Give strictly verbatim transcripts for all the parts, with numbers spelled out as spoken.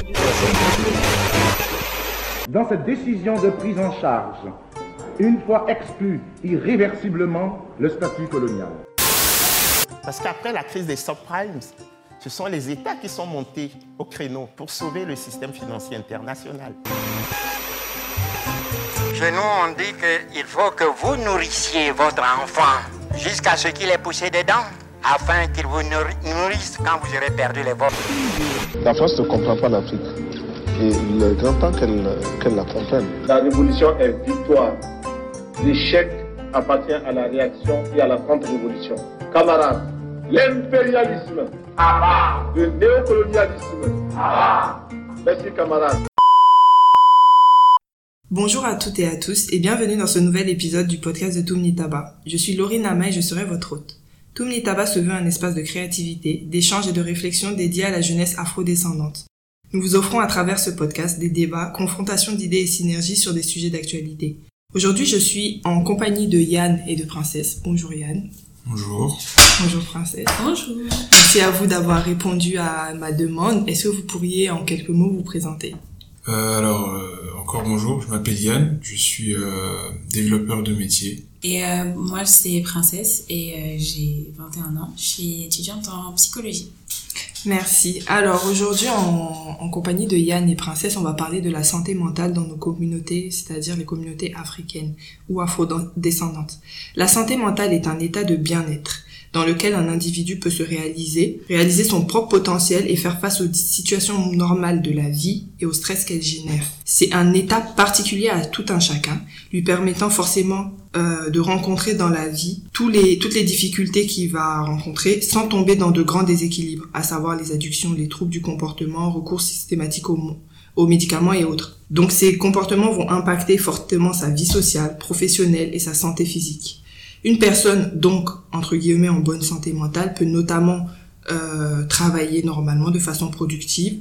Dans cette décision de prise en charge, une fois exclu irréversiblement le statut colonial. Parce qu'après la crise des subprimes, ce sont les États qui sont montés au créneau pour sauver le système financier international. Chez nous, on dit qu'il faut que vous nourrissiez votre enfant jusqu'à ce qu'il ait poussé des dents, afin qu'il vous nourrisse quand vous aurez perdu les vôtres. La France ne comprend pas l'Afrique. Et il est grand temps qu'elle, qu'elle la comprenne. La révolution est victoire. L'échec appartient à la réaction et à la contre-révolution. Camarades, l'impérialisme, ah, le néocolonialisme, ah. Merci camarades. Bonjour à toutes et à tous et bienvenue dans ce nouvel épisode du podcast de Toumni Taba. Je suis Laurine Ama et je serai votre hôte. Toumni Taba se veut un espace de créativité, d'échange et de réflexion dédié à la jeunesse afro-descendante. Nous vous offrons à travers ce podcast des débats, confrontations d'idées et synergies sur des sujets d'actualité. Aujourd'hui, je suis en compagnie de Yann et de Princesse. Bonjour Yann. Bonjour. Bonjour Princesse. Bonjour. Merci à vous d'avoir répondu à ma demande. Est-ce que vous pourriez en quelques mots vous présenter ? Euh, alors, euh, encore bonjour, je m'appelle Yann, je suis euh, développeur de métier. Et euh, moi, c'est Princesse et euh, j'ai vingt et un ans. Je suis étudiante en psychologie. Merci. Alors aujourd'hui, en, en compagnie de Yann et Princesse, on va parler de la santé mentale dans nos communautés, c'est-à-dire les communautés africaines ou afro-descendantes. La santé mentale est un état de bien-être dans lequel un individu peut se réaliser, réaliser son propre potentiel et faire face aux situations normales de la vie et au stress qu'elle génère. C'est un état particulier à tout un chacun, lui permettant forcément euh, de rencontrer dans la vie tous les, toutes les difficultés qu'il va rencontrer sans tomber dans de grands déséquilibres, à savoir les addictions, les troubles du comportement, recours systématique aux, aux médicaments et autres. Donc ces comportements vont impacter fortement sa vie sociale, professionnelle et sa santé physique. Une personne, donc, entre guillemets, en bonne santé mentale, peut notamment euh, travailler normalement de façon productive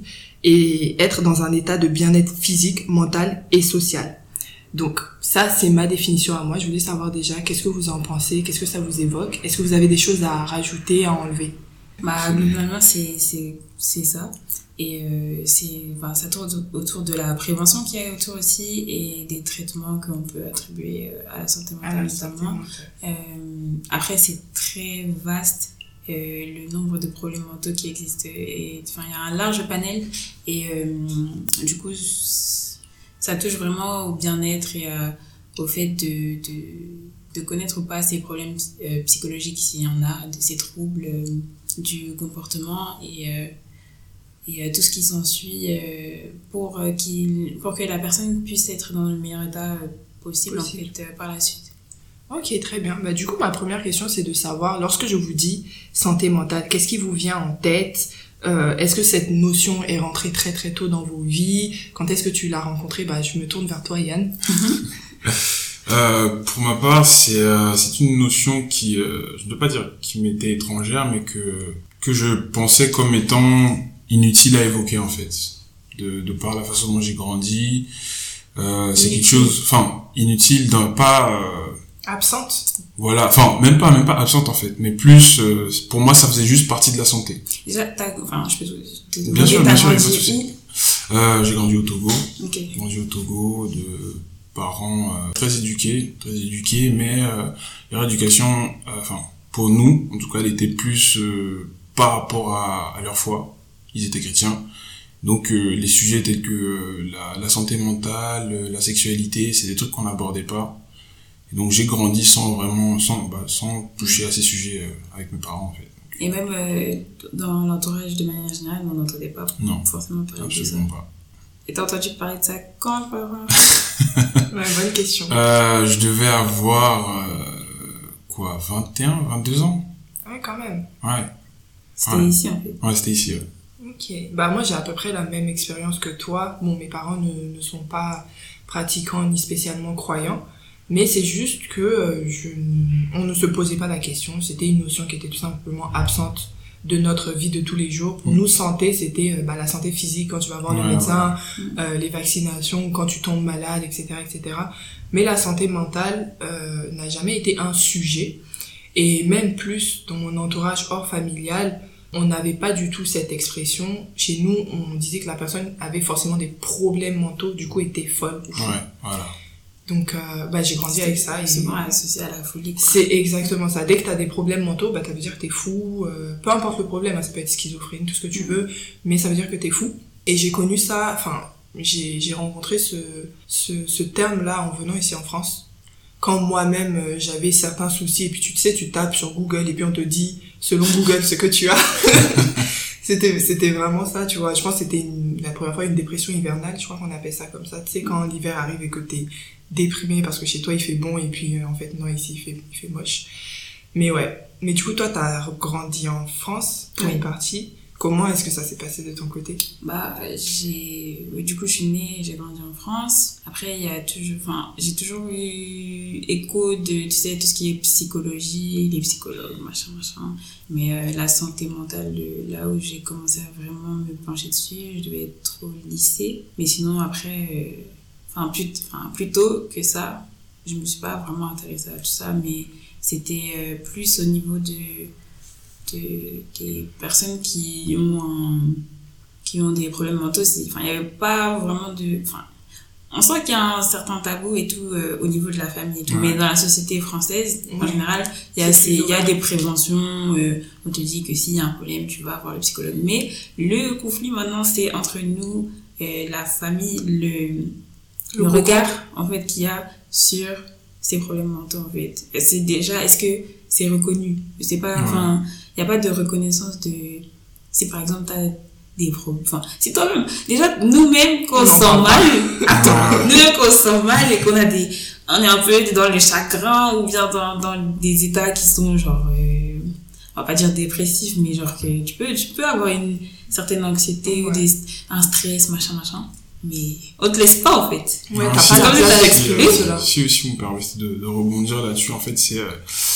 et être dans un état de bien-être physique, mental et social. Donc, ça, c'est ma définition à moi. Je voulais savoir déjà, qu'est-ce que vous en pensez? Qu'est-ce que ça vous évoque? Est-ce que vous avez des choses à rajouter, à enlever? Bah, globalement, c'est, c'est, c'est ça. Et euh, c'est, enfin, ça tourne autour de la prévention qu'il y a autour aussi et des traitements qu'on peut attribuer à la santé mentale, la notamment. santé mentale. Euh, après, c'est très vaste, euh, le nombre de problèmes mentaux qui existent. Et, enfin, il y a un large panel et euh, du coup, ça touche vraiment au bien-être et euh, au fait de, de, de connaître ou pas ces problèmes euh, psychologiques s'il y en a, de ces troubles euh, du comportement et euh, et euh, tout ce qui s'ensuit euh, pour, euh, qu'il, pour que la personne puisse être dans le meilleur état euh, possible, possible en fait euh, par la suite. Ok, très bien. Bah, du coup, ma première question, c'est de savoir, lorsque je vous dis santé mentale, qu'est-ce qui vous vient en tête? euh, Est-ce que cette notion est rentrée très très tôt dans vos vies? Quand est-ce que tu l'as rencontrée? Bah, je me tourne vers toi, Yann. euh, pour ma part, c'est, euh, c'est une notion qui, euh, je ne peux pas dire qui m'était étrangère, mais que, que je pensais comme étant inutile à évoquer en fait, de, de par la façon dont j'ai grandi. Euh, c'est quelque chose, enfin, inutile, dans, pas... Euh, absente. Voilà, enfin, même pas, même pas absente en fait, mais plus, euh, pour moi, ça faisait juste partie de la santé. Déjà, t'as, enfin, je peux te demander, bien sûr, t'as bien sûr, grandi pas de souci. Euh, j'ai grandi au Togo. Ok. J'ai grandi au Togo, de parents euh, très éduqués, très éduqués, mais euh, leur éducation, euh, enfin, pour nous, en tout cas, elle était plus euh, par rapport à, à leur foi. Ils étaient chrétiens, donc euh, les sujets tels que euh, la, la santé mentale, euh, la sexualité, c'est des trucs qu'on n'abordait pas. Et donc j'ai grandi sans vraiment, sans, bah, sans toucher à ces sujets euh, avec mes parents en fait. Et même euh, dans l'entourage de manière générale, on n'entendait pas non, forcément parler de ça. Absolument pas. Et t'as entendu parler de ça quand, par Ouais, bonne question. Euh, je devais avoir euh, quoi, vingt et un, vingt-deux ans. Ouais, quand même. Ouais. C'était ouais. ici en fait. Ouais, c'était ici. Ouais. Ok, bah moi j'ai à peu près la même expérience que toi. Bon, mes parents ne, ne sont pas pratiquants ni spécialement croyants, mais c'est juste que euh, je, on ne se posait pas la question. C'était une notion qui était tout simplement absente de notre vie de tous les jours. Pour mmh. nous, santé, c'était euh, bah, la santé physique quand tu vas voir ouais, le médecin, ouais. euh, les vaccinations, quand tu tombes malade, et cetera, et cetera. Mais la santé mentale euh, n'a jamais été un sujet. Et même plus dans mon entourage hors familial, on n'avait pas du tout cette expression. Chez nous, on disait que la personne avait forcément des problèmes mentaux, du coup était folle. Ouais, voilà. Donc, euh, bah, j'ai grandi avec ça. C'est souvent associé à la folie, quoi. C'est exactement ça. Dès que t'as des problèmes mentaux, bah, ça veut dire que t'es fou. Euh, peu importe le problème, hein, ça peut être schizophrène, tout ce que tu veux, mais ça veut dire que t'es fou. Et j'ai connu ça, enfin, j'ai, j'ai rencontré ce, ce, ce terme-là en venant ici en France. Quand moi-même, euh, j'avais certains soucis, et puis tu sais, tu tapes sur Google, et puis on te dit, selon Google, ce que tu as. C'était, c'était vraiment ça, tu vois. Je pense que c'était une, la première fois une dépression hivernale, je crois qu'on appelle ça comme ça. Tu sais, quand l'hiver arrive et que t'es déprimé parce que chez toi il fait bon et puis euh, en fait non, ici il fait, il fait moche. Mais ouais. Mais du coup, toi, t'as grandi en France pour oui. une partie. Comment est-ce que ça s'est passé de ton côté? Bah, j'ai, du coup, je suis née, j'ai grandi en France. Après, il y a toujours, enfin, j'ai toujours eu écho de, tu sais, tout ce qui est psychologie, les psychologues, machin, machin. Mais euh, la santé mentale, là où j'ai commencé à vraiment me pencher dessus, je devais être au lycée. Mais sinon, après, euh, enfin, plus, enfin, plus tôt que ça, je me suis pas vraiment intéressée à tout ça, mais c'était euh, plus au niveau de, de, des personnes qui ont, un, qui ont des problèmes mentaux. Enfin, il n'y avait pas vraiment de... Enfin, on sent qu'il y a un certain tabou et tout euh, au niveau de la famille et tout, ouais. Mais dans la société française, ouais. En général, il y a, ces, il y a des préventions, euh, on te dit que s'il y a un problème, tu vas voir le psychologue. Mais le conflit maintenant, c'est entre nous, euh, la famille, le, le, le regard en fait, qu'il y a sur ces problèmes mentaux, en fait. C'est déjà, est-ce que c'est reconnu? C'est pas, enfin, ouais. Il n'y a pas de reconnaissance de... Si par exemple, t'as des problèmes... Enfin, c'est toi-même. Déjà, nous-mêmes, quand on, on se sent mal... Attends, nous-mêmes, quand on se sent mal et qu'on a des... On est un peu dans le chagrin ou bien dans, dans des états qui sont genre... Euh, on va pas dire dépressifs, mais genre que tu peux, tu peux avoir une certaine anxiété, ouais. Ou des, un stress, machin, machin. Mais on te laisse pas, en fait. Ouais, non, t'as si, pas la place d'exprimer cela. Si, si vous me permettez de, de rebondir là-dessus, en fait, c'est... Euh,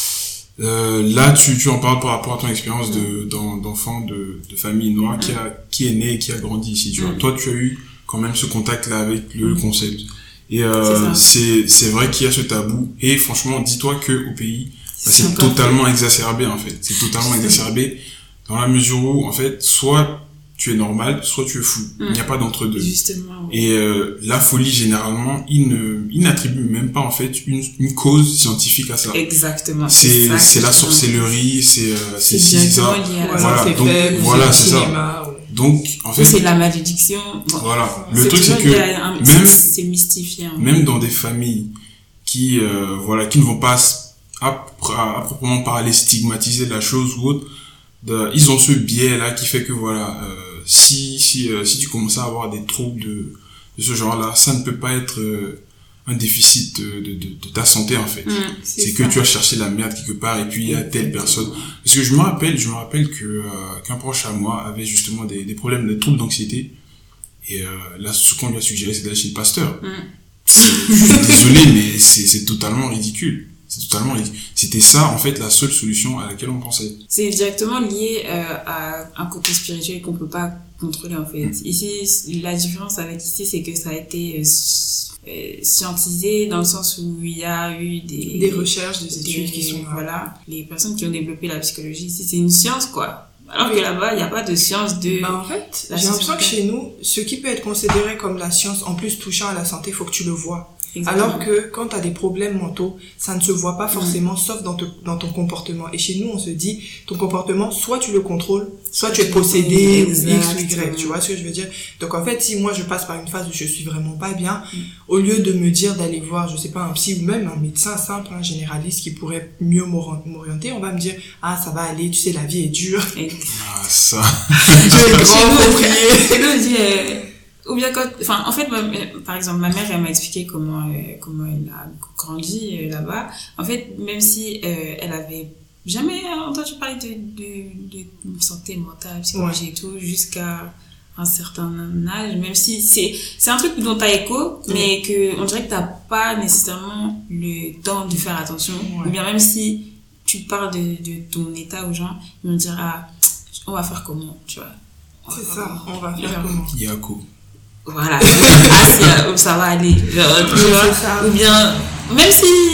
Euh, là, tu, tu en parles par rapport à ton expérience de, d'en, d'enfant de, de famille noire qui a, qui est né et qui a grandi ici, tu vois. Mm. Toi, tu as eu quand même ce contact-là avec le, le concept. Et, euh, c'est, c'est vrai qu'il y a ce tabou. Et franchement, dis-toi que au pays, bah, c'est totalement fait. exacerbé, en fait. C'est totalement c'est exacerbé dans la mesure où, en fait, soit tu es normal, soit tu es fou. Mm. Il n'y a pas d'entre-deux. Justement. Ouais. Et euh, la folie, généralement, il ne, il n'attribue même pas en fait une, une cause scientifique à ça. Exactement. C'est, c'est, c'est la sorcellerie, c'est, euh, c'est, c'est si ça. Voilà, voilà, c'est donc fait, voilà, c'est c'est cinéma, ça. Ouais. Donc en fait. Ou c'est la malédiction. Bon, voilà. Le c'est truc c'est que un, même, c'est mystifié. Hein. Même dans des familles qui, euh, voilà, qui ne vont pas à, à, à proprement parler stigmatiser la chose ou autre, de, ils ont ce biais là qui fait que voilà. Euh, Si si euh, si tu commences à avoir des troubles de, de ce genre-là, ça ne peut pas être euh, un déficit de, de, de, de ta santé en fait. Mmh, c'est c'est que tu as cherché la merde quelque part et puis il y a telle personne. Parce que je me rappelle, je me rappelle que euh, qu'un proche à moi avait justement des, des problèmes, des troubles d'anxiété. Et euh, là, ce qu'on lui a suggéré, c'est d'aller chez le pasteur. Mmh. Je suis désolé, mais c'est c'est totalement ridicule. C'est totalement ridicule. C'était ça, en fait, la seule solution à laquelle on pensait. C'est directement lié euh, à un côté spirituel qu'on peut pas contrôler, en fait. Mmh. Ici, la différence avec ici, c'est que ça a été euh, scientisé dans le sens où il y a eu des... Des recherches, des études des, qui sont... Voilà. Les personnes qui ont développé la psychologie ici, c'est une science, quoi. Alors que là-bas, il n'y a pas de science de... Bah en fait, j'ai l'impression que chez nous, ce qui peut être considéré comme la science, en plus touchant à la santé, il faut que tu le vois. Exactement. Alors que quand tu as des problèmes mentaux, ça ne se voit pas forcément, mmh. sauf dans, te, dans ton comportement. Et chez nous, on se dit, ton comportement, soit tu le contrôles, soit tu es possédé, ou X ou Y, tu vois ce que je veux dire. Donc en fait, si moi je passe par une phase où je suis vraiment pas bien, mmh. au lieu de me dire d'aller voir, je sais pas, un psy ou même un médecin simple, un généraliste qui pourrait mieux m'orienter, on va me dire, ah ça va aller, tu sais, la vie est dure. Et... Ah ça. Dieu est grand, faut prier. Et nous, on dit... Euh... Ou bien quand, enfin, en fait, ma, par exemple, ma mère, elle m'a expliqué comment, euh, comment elle a grandi euh, là-bas. En fait, même si euh, elle avait jamais entendu parler de, de, de santé mentale, psychologie ouais. et tout, jusqu'à un certain âge, même si c'est, c'est un truc dont t'as écho, ouais. mais que on dirait que t'as pas nécessairement le temps de faire attention. Ouais. Ou bien même si tu parles de, de ton état aux gens, ils vont dire, ah, on va faire comment, tu vois. C'est ça, on va faire comment. Yako. Voilà. Ah, si, ça va aller. Genre, tu vois. Ou bien, même si,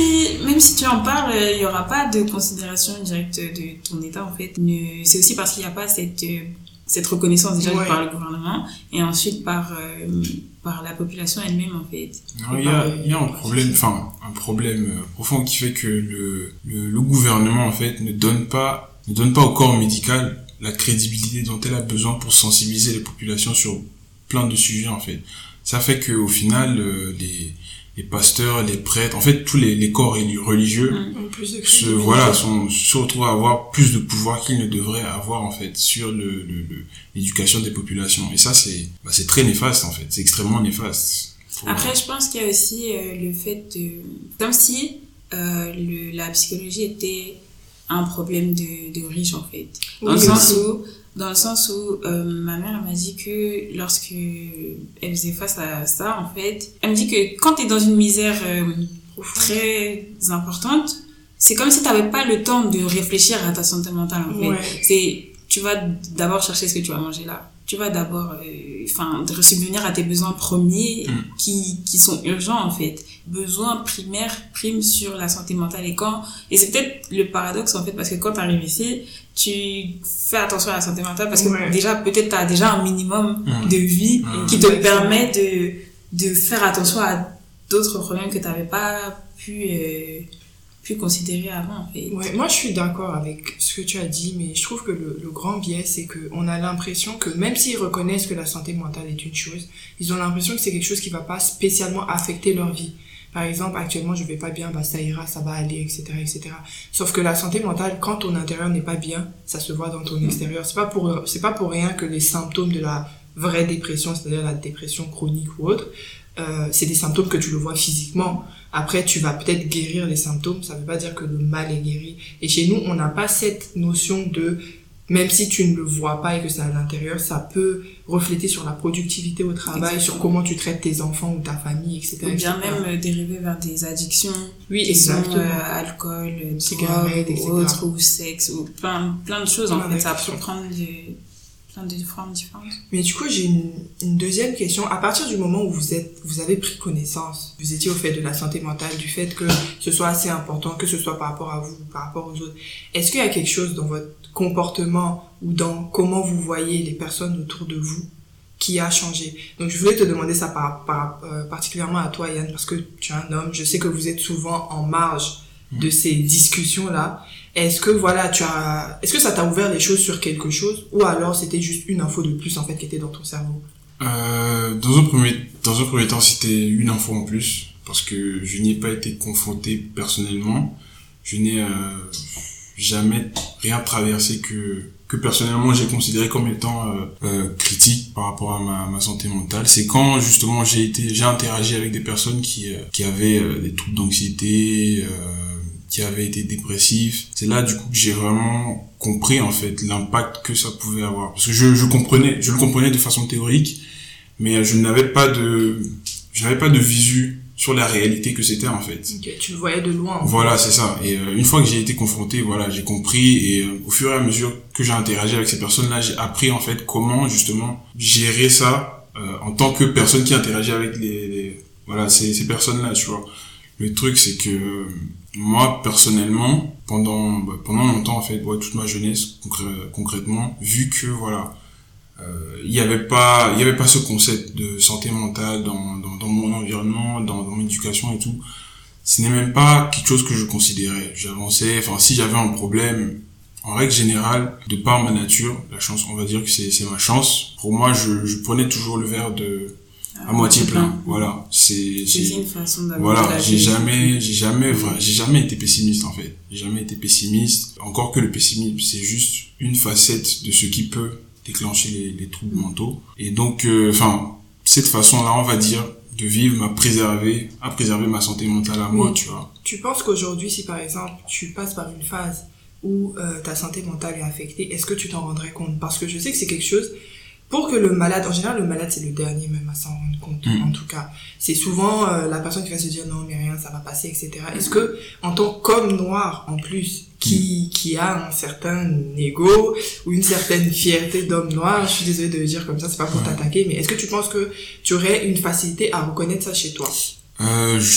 même si tu en parles, il y aura pas de considération directe de ton État, en fait. Ne... C'est aussi parce qu'il n'y a pas cette, cette reconnaissance déjà ouais. par le gouvernement et ensuite par, euh, par la population elle-même, en fait. Non, il y a, il y a un problème, enfin, un problème profond qui fait que le, le, le gouvernement, en fait, ne donne pas, ne donne pas au corps médical la crédibilité dont elle a besoin pour sensibiliser les populations sur plein de sujets, en fait. Ça fait que au final, euh, les, les pasteurs, les prêtres, en fait, tous les, les corps religieux, mmh, plus de se, voilà, sont, se retrouvent à avoir plus de pouvoir qu'ils ne devraient avoir, en fait, sur le, le, le l'éducation des populations. Et ça, c'est, bah, c'est très néfaste, en fait. C'est extrêmement néfaste. Faut... Après, je pense qu'il y a aussi euh, le fait de, comme si, euh, le, la psychologie était un problème de, de riches, en fait. Dans oui, le sens oui. où, dans le sens où euh, ma mère m'a dit que lorsque elle faisait face à ça, en fait, elle me dit que quand t'es dans une misère euh, très importante, c'est comme si t'avais pas le temps de réfléchir à ta santé mentale, en fait. Ouais. C'est, tu vas d'abord chercher ce que tu vas manger là. Tu vas d'abord, enfin, euh, subvenir à tes besoins premiers mmh. qui qui sont urgents, en fait. Besoins primaires priment sur la santé mentale. Et quand, et c'est peut-être le paradoxe, en fait, parce que quand t'arrives ici, tu fais attention à la santé mentale parce que ouais. déjà, peut-être t'as déjà un minimum mmh. de vie mmh. qui te mmh. permet de, de faire attention à d'autres problèmes que t'avais pas pu, euh, pu considérer avant, en fait. Ouais, moi je suis d'accord avec ce que tu as dit, mais je trouve que le, le grand biais, c'est qu'on a l'impression que même s'ils reconnaissent que la santé mentale est une chose, ils ont l'impression que c'est quelque chose qui va pas spécialement affecter leur vie. Par exemple, actuellement, je vais pas bien, bah ça ira, ça va aller, et cetera, et cetera. Sauf que la santé mentale, quand ton intérieur n'est pas bien, ça se voit dans ton extérieur. C'est pas pour, c'est pas pour rien que les symptômes de la vraie dépression, c'est-à-dire la dépression chronique ou autre, euh, c'est des symptômes que tu le vois physiquement. Après, tu vas peut-être guérir les symptômes, ça veut pas dire que le mal est guéri. Et chez nous, on n'a pas cette notion de, même si tu ne le vois pas et que c'est à l'intérieur, ça peut refléter sur la productivité au travail, exactement. Sur comment tu traites tes enfants ou ta famille, et cetera. Ou bien même euh, dériver vers des addictions. Oui, qui exactement. sont euh, alcool, cigarettes, ou autre, ou sexe, ou plein, plein de choses, plein en fait. Ça peut prendre des, plein de formes différentes. Mais du coup, j'ai une, une deuxième question. À partir du moment où vous êtes, vous avez pris connaissance, vous étiez au fait de la santé mentale, du fait que ce soit assez important, que ce soit par rapport à vous ou par rapport aux autres, est-ce qu'il y a quelque chose dans votre comportement ou dans comment vous voyez les personnes autour de vous qui a changé? Donc je voulais te demander ça par, par, euh, particulièrement à toi, Yann, parce que tu es un homme, je sais que vous êtes souvent en marge de ces discussions-là. Est-ce que voilà, tu as, est-ce que ça t'a ouvert les choses sur quelque chose, ou alors c'était juste une info de plus en fait qui était dans ton cerveau? Euh, dans un premier, dans un premier temps, c'était une info en plus, parce que je n'y ai pas été confronté personnellement. Je n'ai euh, jamais rien traversé que que personnellement j'ai considéré comme étant euh, euh, critique par rapport à ma, ma santé mentale. C'est quand justement j'ai été, j'ai interagi avec des personnes qui euh, qui avaient euh, des troubles d'anxiété, euh, qui avaient été dépressifs. C'est là du coup que j'ai vraiment compris en fait l'impact que ça pouvait avoir. Parce que je je comprenais, je le comprenais de façon théorique, mais je n'avais pas de, je n'avais pas de visu sur la réalité que c'était en fait. Okay, tu le voyais de loin. Voilà, c'est ça. Et euh, une fois que j'ai été confronté, voilà, j'ai compris, et euh, au fur et à mesure que j'ai interagi avec ces personnes-là, j'ai appris en fait comment justement gérer ça euh, en tant que personne qui interagit avec les, les voilà ces ces personnes-là, tu vois. Le truc c'est que euh, moi personnellement, pendant bah, pendant longtemps en fait, ouais, toute ma jeunesse concr- concrètement, vu que voilà, euh, il y avait pas il y avait pas ce concept de santé mentale dans dans, dans mon environnement, dans, dans mon éducation et tout. Ce n'est même pas quelque chose que je considérais. J'avançais, enfin si j'avais un problème, en règle générale, de par ma nature, la chance, on va dire que c'est c'est ma chance. Pour moi, je je prenais toujours le verre de à ah, moitié plein. plein. Voilà, c'est c'est une façon d'avoir. Voilà, j'ai jamais j'ai jamais enfin, j'ai jamais été pessimiste en fait. J'ai jamais été pessimiste. Encore que le pessimisme, c'est juste une facette de ce qui peut déclencher les, les troubles mentaux. Et donc, enfin, euh, cette façon-là, on va dire, de vivre m'a préservé, a préservé ma santé mentale à moi, oui. Tu vois. Tu penses qu'aujourd'hui, si par exemple, tu passes par une phase où euh, ta santé mentale est affectée, est-ce que tu t'en rendrais compte? Parce que je sais que c'est quelque chose, pour que le malade, en général, le malade, c'est le dernier même à s'en rendre compte, mmh. en tout cas. C'est souvent euh, la personne qui va se dire non, mais rien, ça va passer, et cetera. Mmh. Est-ce que, en tant qu'homme noir, en plus, qui, qui a un certain ego ou une certaine fierté d'homme noir, je suis désolée de le dire comme ça, c'est pas pour t'attaquer, mais est-ce que tu penses que tu aurais une facilité à reconnaître ça chez toi? Euh, je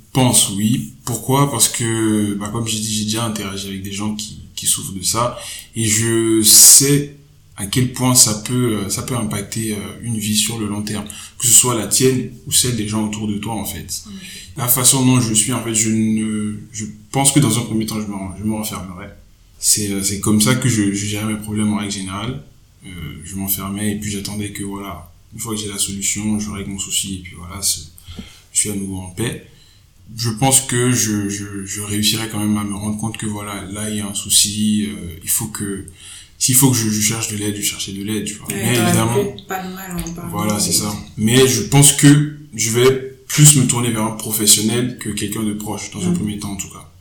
pense oui. Pourquoi? Parce que, bah, comme j'ai dit, j'ai déjà interagi avec des gens qui, qui souffrent de ça, et je sais à quel point ça peut, ça peut impacter une vie sur le long terme, que ce soit la tienne ou celle des gens autour de toi, en fait. Mmh. La façon dont je suis, en fait, je ne, je pense que dans un premier temps, je me, je me renfermerai. C'est, c'est comme ça que je, je gérais mes problèmes en règle générale. Euh, je m'enfermais et puis j'attendais que, voilà, une fois que j'ai la solution, je règle mon souci et puis voilà, c'est, je suis à nouveau en paix. Je pense que je, je, je réussirai quand même à me rendre compte que voilà, là il y a un souci, euh, il faut que, s'il faut que je, je cherche de l'aide, je cherche de l'aide, tu vois. Ouais, mais évidemment, pas de mal en parlant. Voilà, c'est ça. Mais je pense que je vais plus me tourner vers un professionnel que quelqu'un de proche, dans mmh. un premier temps en tout cas.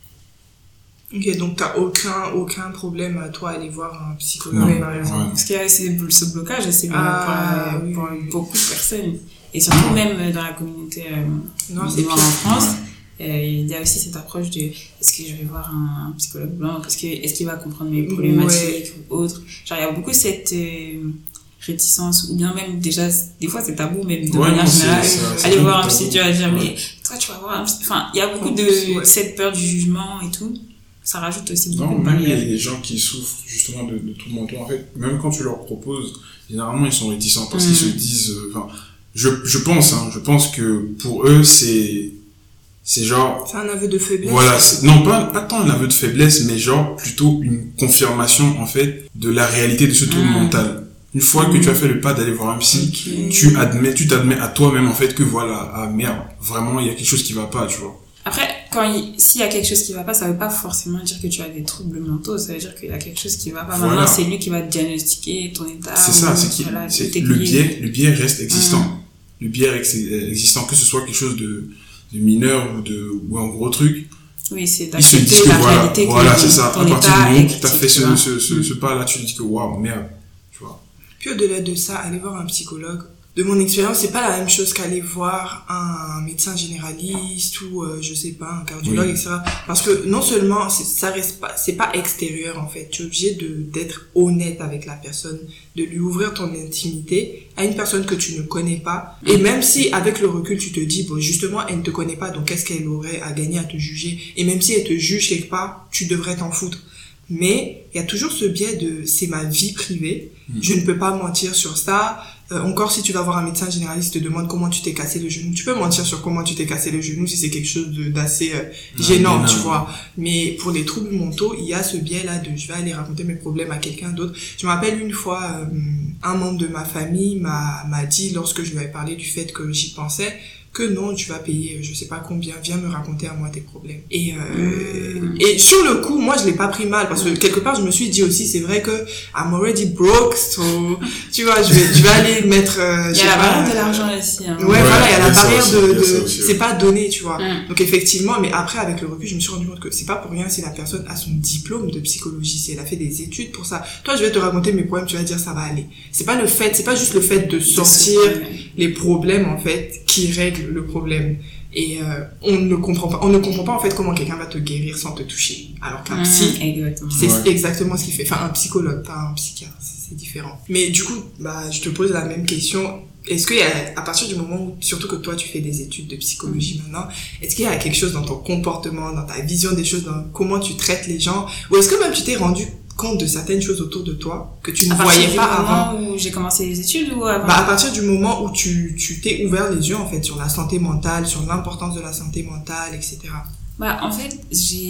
Ok, donc t'as aucun, aucun problème à toi aller voir un psychologue, non, par exemple. Ouais. Parce qu'il y a ce blocage, c'est ah, pour, oui, pour oui. beaucoup de personnes. Et surtout même dans la communauté euh, non, c'est en France, ouais. euh, il y a aussi cette approche de est-ce que je vais voir un psychologue blanc, parce que est-ce qu'il va comprendre mes problématiques ouais. ou autre. Genre il y a beaucoup cette euh, réticence, ou bien même déjà, des fois c'est tabou, même de ouais, manière non, générale, c'est, c'est, c'est aller voir un psy, tu vas dire, ouais. mais toi tu vas voir un psy. Enfin, il y a beaucoup de ouais. cette peur du jugement et tout. Ça rajoute aussi beaucoup non, de barrières. Même les gens qui souffrent justement de, de troubles mentaux, en fait, même quand tu leur proposes, généralement ils sont réticents parce mmh. qu'ils se disent, enfin, euh, je, je pense, hein, je pense que pour eux c'est, c'est genre. C'est un aveu de faiblesse. Voilà, c'est, non pas, pas tant un aveu de faiblesse, mais genre plutôt une confirmation en fait de la réalité de ce trouble mmh. mental. Une fois mmh. que tu as fait le pas d'aller voir un psy, okay. tu admets, tu t'admets à toi-même en fait que voilà, ah merde, vraiment il y a quelque chose qui va pas, tu vois. Après, quand il, s'il y a quelque chose qui va pas, ça veut pas forcément dire que tu as des troubles mentaux, ça veut dire qu'il y a quelque chose qui va pas. Voilà. Maintenant, c'est lui qui va te diagnostiquer ton état. C'est ça, c'est qu'il, voilà, c'est, le biais, le biais reste existant. Mmh. Le biais reste existant, que ce soit quelque chose de, de mineur ou de, ou un gros truc. Oui, c'est d'accepter ils se disent que la voilà, réalité voilà, que c'est ça. Ton à partir état du moment où tu as fait ce, ce, ce, ce, mmh. ce pas-là, tu te dis que waouh, merde, tu vois. Puis au-delà de ça, aller voir un psychologue, de mon expérience, c'est pas la même chose qu'aller voir un médecin généraliste ou euh, je sais pas, un cardiologue, oui. et cetera. Parce que non seulement c'est, ça reste pas, c'est pas extérieur en fait. Tu es obligé de d'être honnête avec la personne, de lui ouvrir ton intimité à une personne que tu ne connais pas. Et même si avec le recul tu te dis bon justement elle ne te connaît pas, donc qu'est-ce qu'elle aurait à gagner à te juger? Et même si elle te juge quelque part, tu devrais t'en foutre. Mais il y a toujours ce biais de c'est ma vie privée, mmh. je ne peux pas mentir sur ça. Euh, encore si tu vas voir un médecin généraliste, te demande comment tu t'es cassé le genou, tu peux mentir sur comment tu t'es cassé le genou si c'est quelque chose de, d'assez euh, gênant, non, tu non. vois. Mais pour les troubles mentaux, il y a ce biais-là de je vais aller raconter mes problèmes à quelqu'un d'autre. Je me rappelle une fois, euh, un membre de ma famille m'a m'a dit lorsque je lui avais parlé du fait que j'y pensais, que non, tu vas payer, je sais pas combien, viens me raconter à moi tes problèmes. Et, euh, mmh. et sur le coup, moi, je l'ai pas pris mal, parce que quelque part, je me suis dit aussi, c'est vrai que I'm already broke, so, tu vois, je vais, je vais aller mettre, euh, il y a la barrière de l'argent aussi, hein. Ouais, ouais, voilà, il y a la barrière aussi, de, de, aussi, ouais. c'est pas donné, tu vois. Mmh. Donc effectivement, mais après, avec le recul, je me suis rendu compte que c'est pas pour rien si la personne a son diplôme de psychologie, si elle a fait des études pour ça. Toi, je vais te raconter mes problèmes, tu vas dire ça va aller. C'est pas le fait, c'est pas juste le fait de sortir les problèmes, en fait, qui règle le problème. Et euh, on ne comprend pas, on ne comprend pas en fait comment quelqu'un va te guérir sans te toucher. Alors qu'un psy, mmh, exactement. c'est ouais. exactement ce qu'il fait. Enfin, un psychologue, pas un psychiatre, c'est, c'est différent. Mais du coup, bah, je te pose la même question. Est-ce qu'il y a, à partir du moment où, surtout que toi tu fais des études de psychologie mmh. maintenant, est-ce qu'il y a quelque chose dans ton comportement, dans ta vision des choses, dans comment tu traites les gens, ou est-ce que même tu t'es rendu compte de certaines choses autour de toi que tu ne voyais pas avant? À partir du moment où j'ai commencé les études ou avant? Bah, à partir du moment où tu, tu t'es ouvert les yeux, en fait, sur la santé mentale, sur l'importance de la santé mentale, et cetera. Bah, en fait,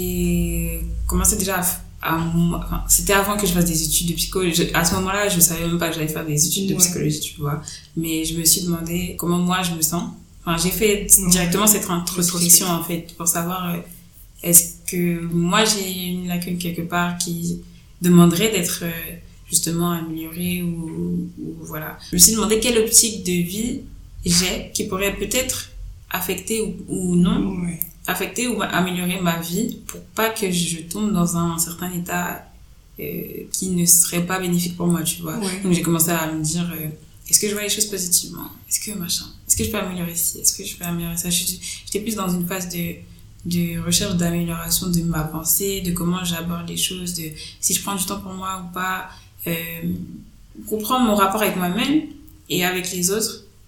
j'ai commencé déjà à, à enfin, c'était avant que je fasse des études de psychologie. À ce moment-là, je savais même pas que j'allais faire des études de ouais. psychologie, tu vois. Mais je me suis demandé comment moi je me sens. Enfin, j'ai fait directement cette introspection, en fait, pour savoir, euh, est-ce que moi j'ai une lacune quelque part qui demanderait d'être euh, justement améliorée ou, ou voilà. Je me suis demandé quelle optique de vie j'ai qui pourrait peut-être affecter ou, ou non, ouais. affecter ou améliorer ma vie pour pas que je tombe dans un certain état euh, qui ne serait pas bénéfique pour moi, tu vois. Ouais. Donc j'ai commencé à me dire euh, est-ce que je vois les choses positivement? Est-ce que machin? Est-ce que je peux améliorer ci? Est-ce que je peux améliorer ça? J'étais plus dans une phase de de recherche d'amélioration de ma pensée, de comment j'aborde les choses, de si je prends du temps pour moi ou pas, euh, comprendre mon rapport avec moi-même et avec les autres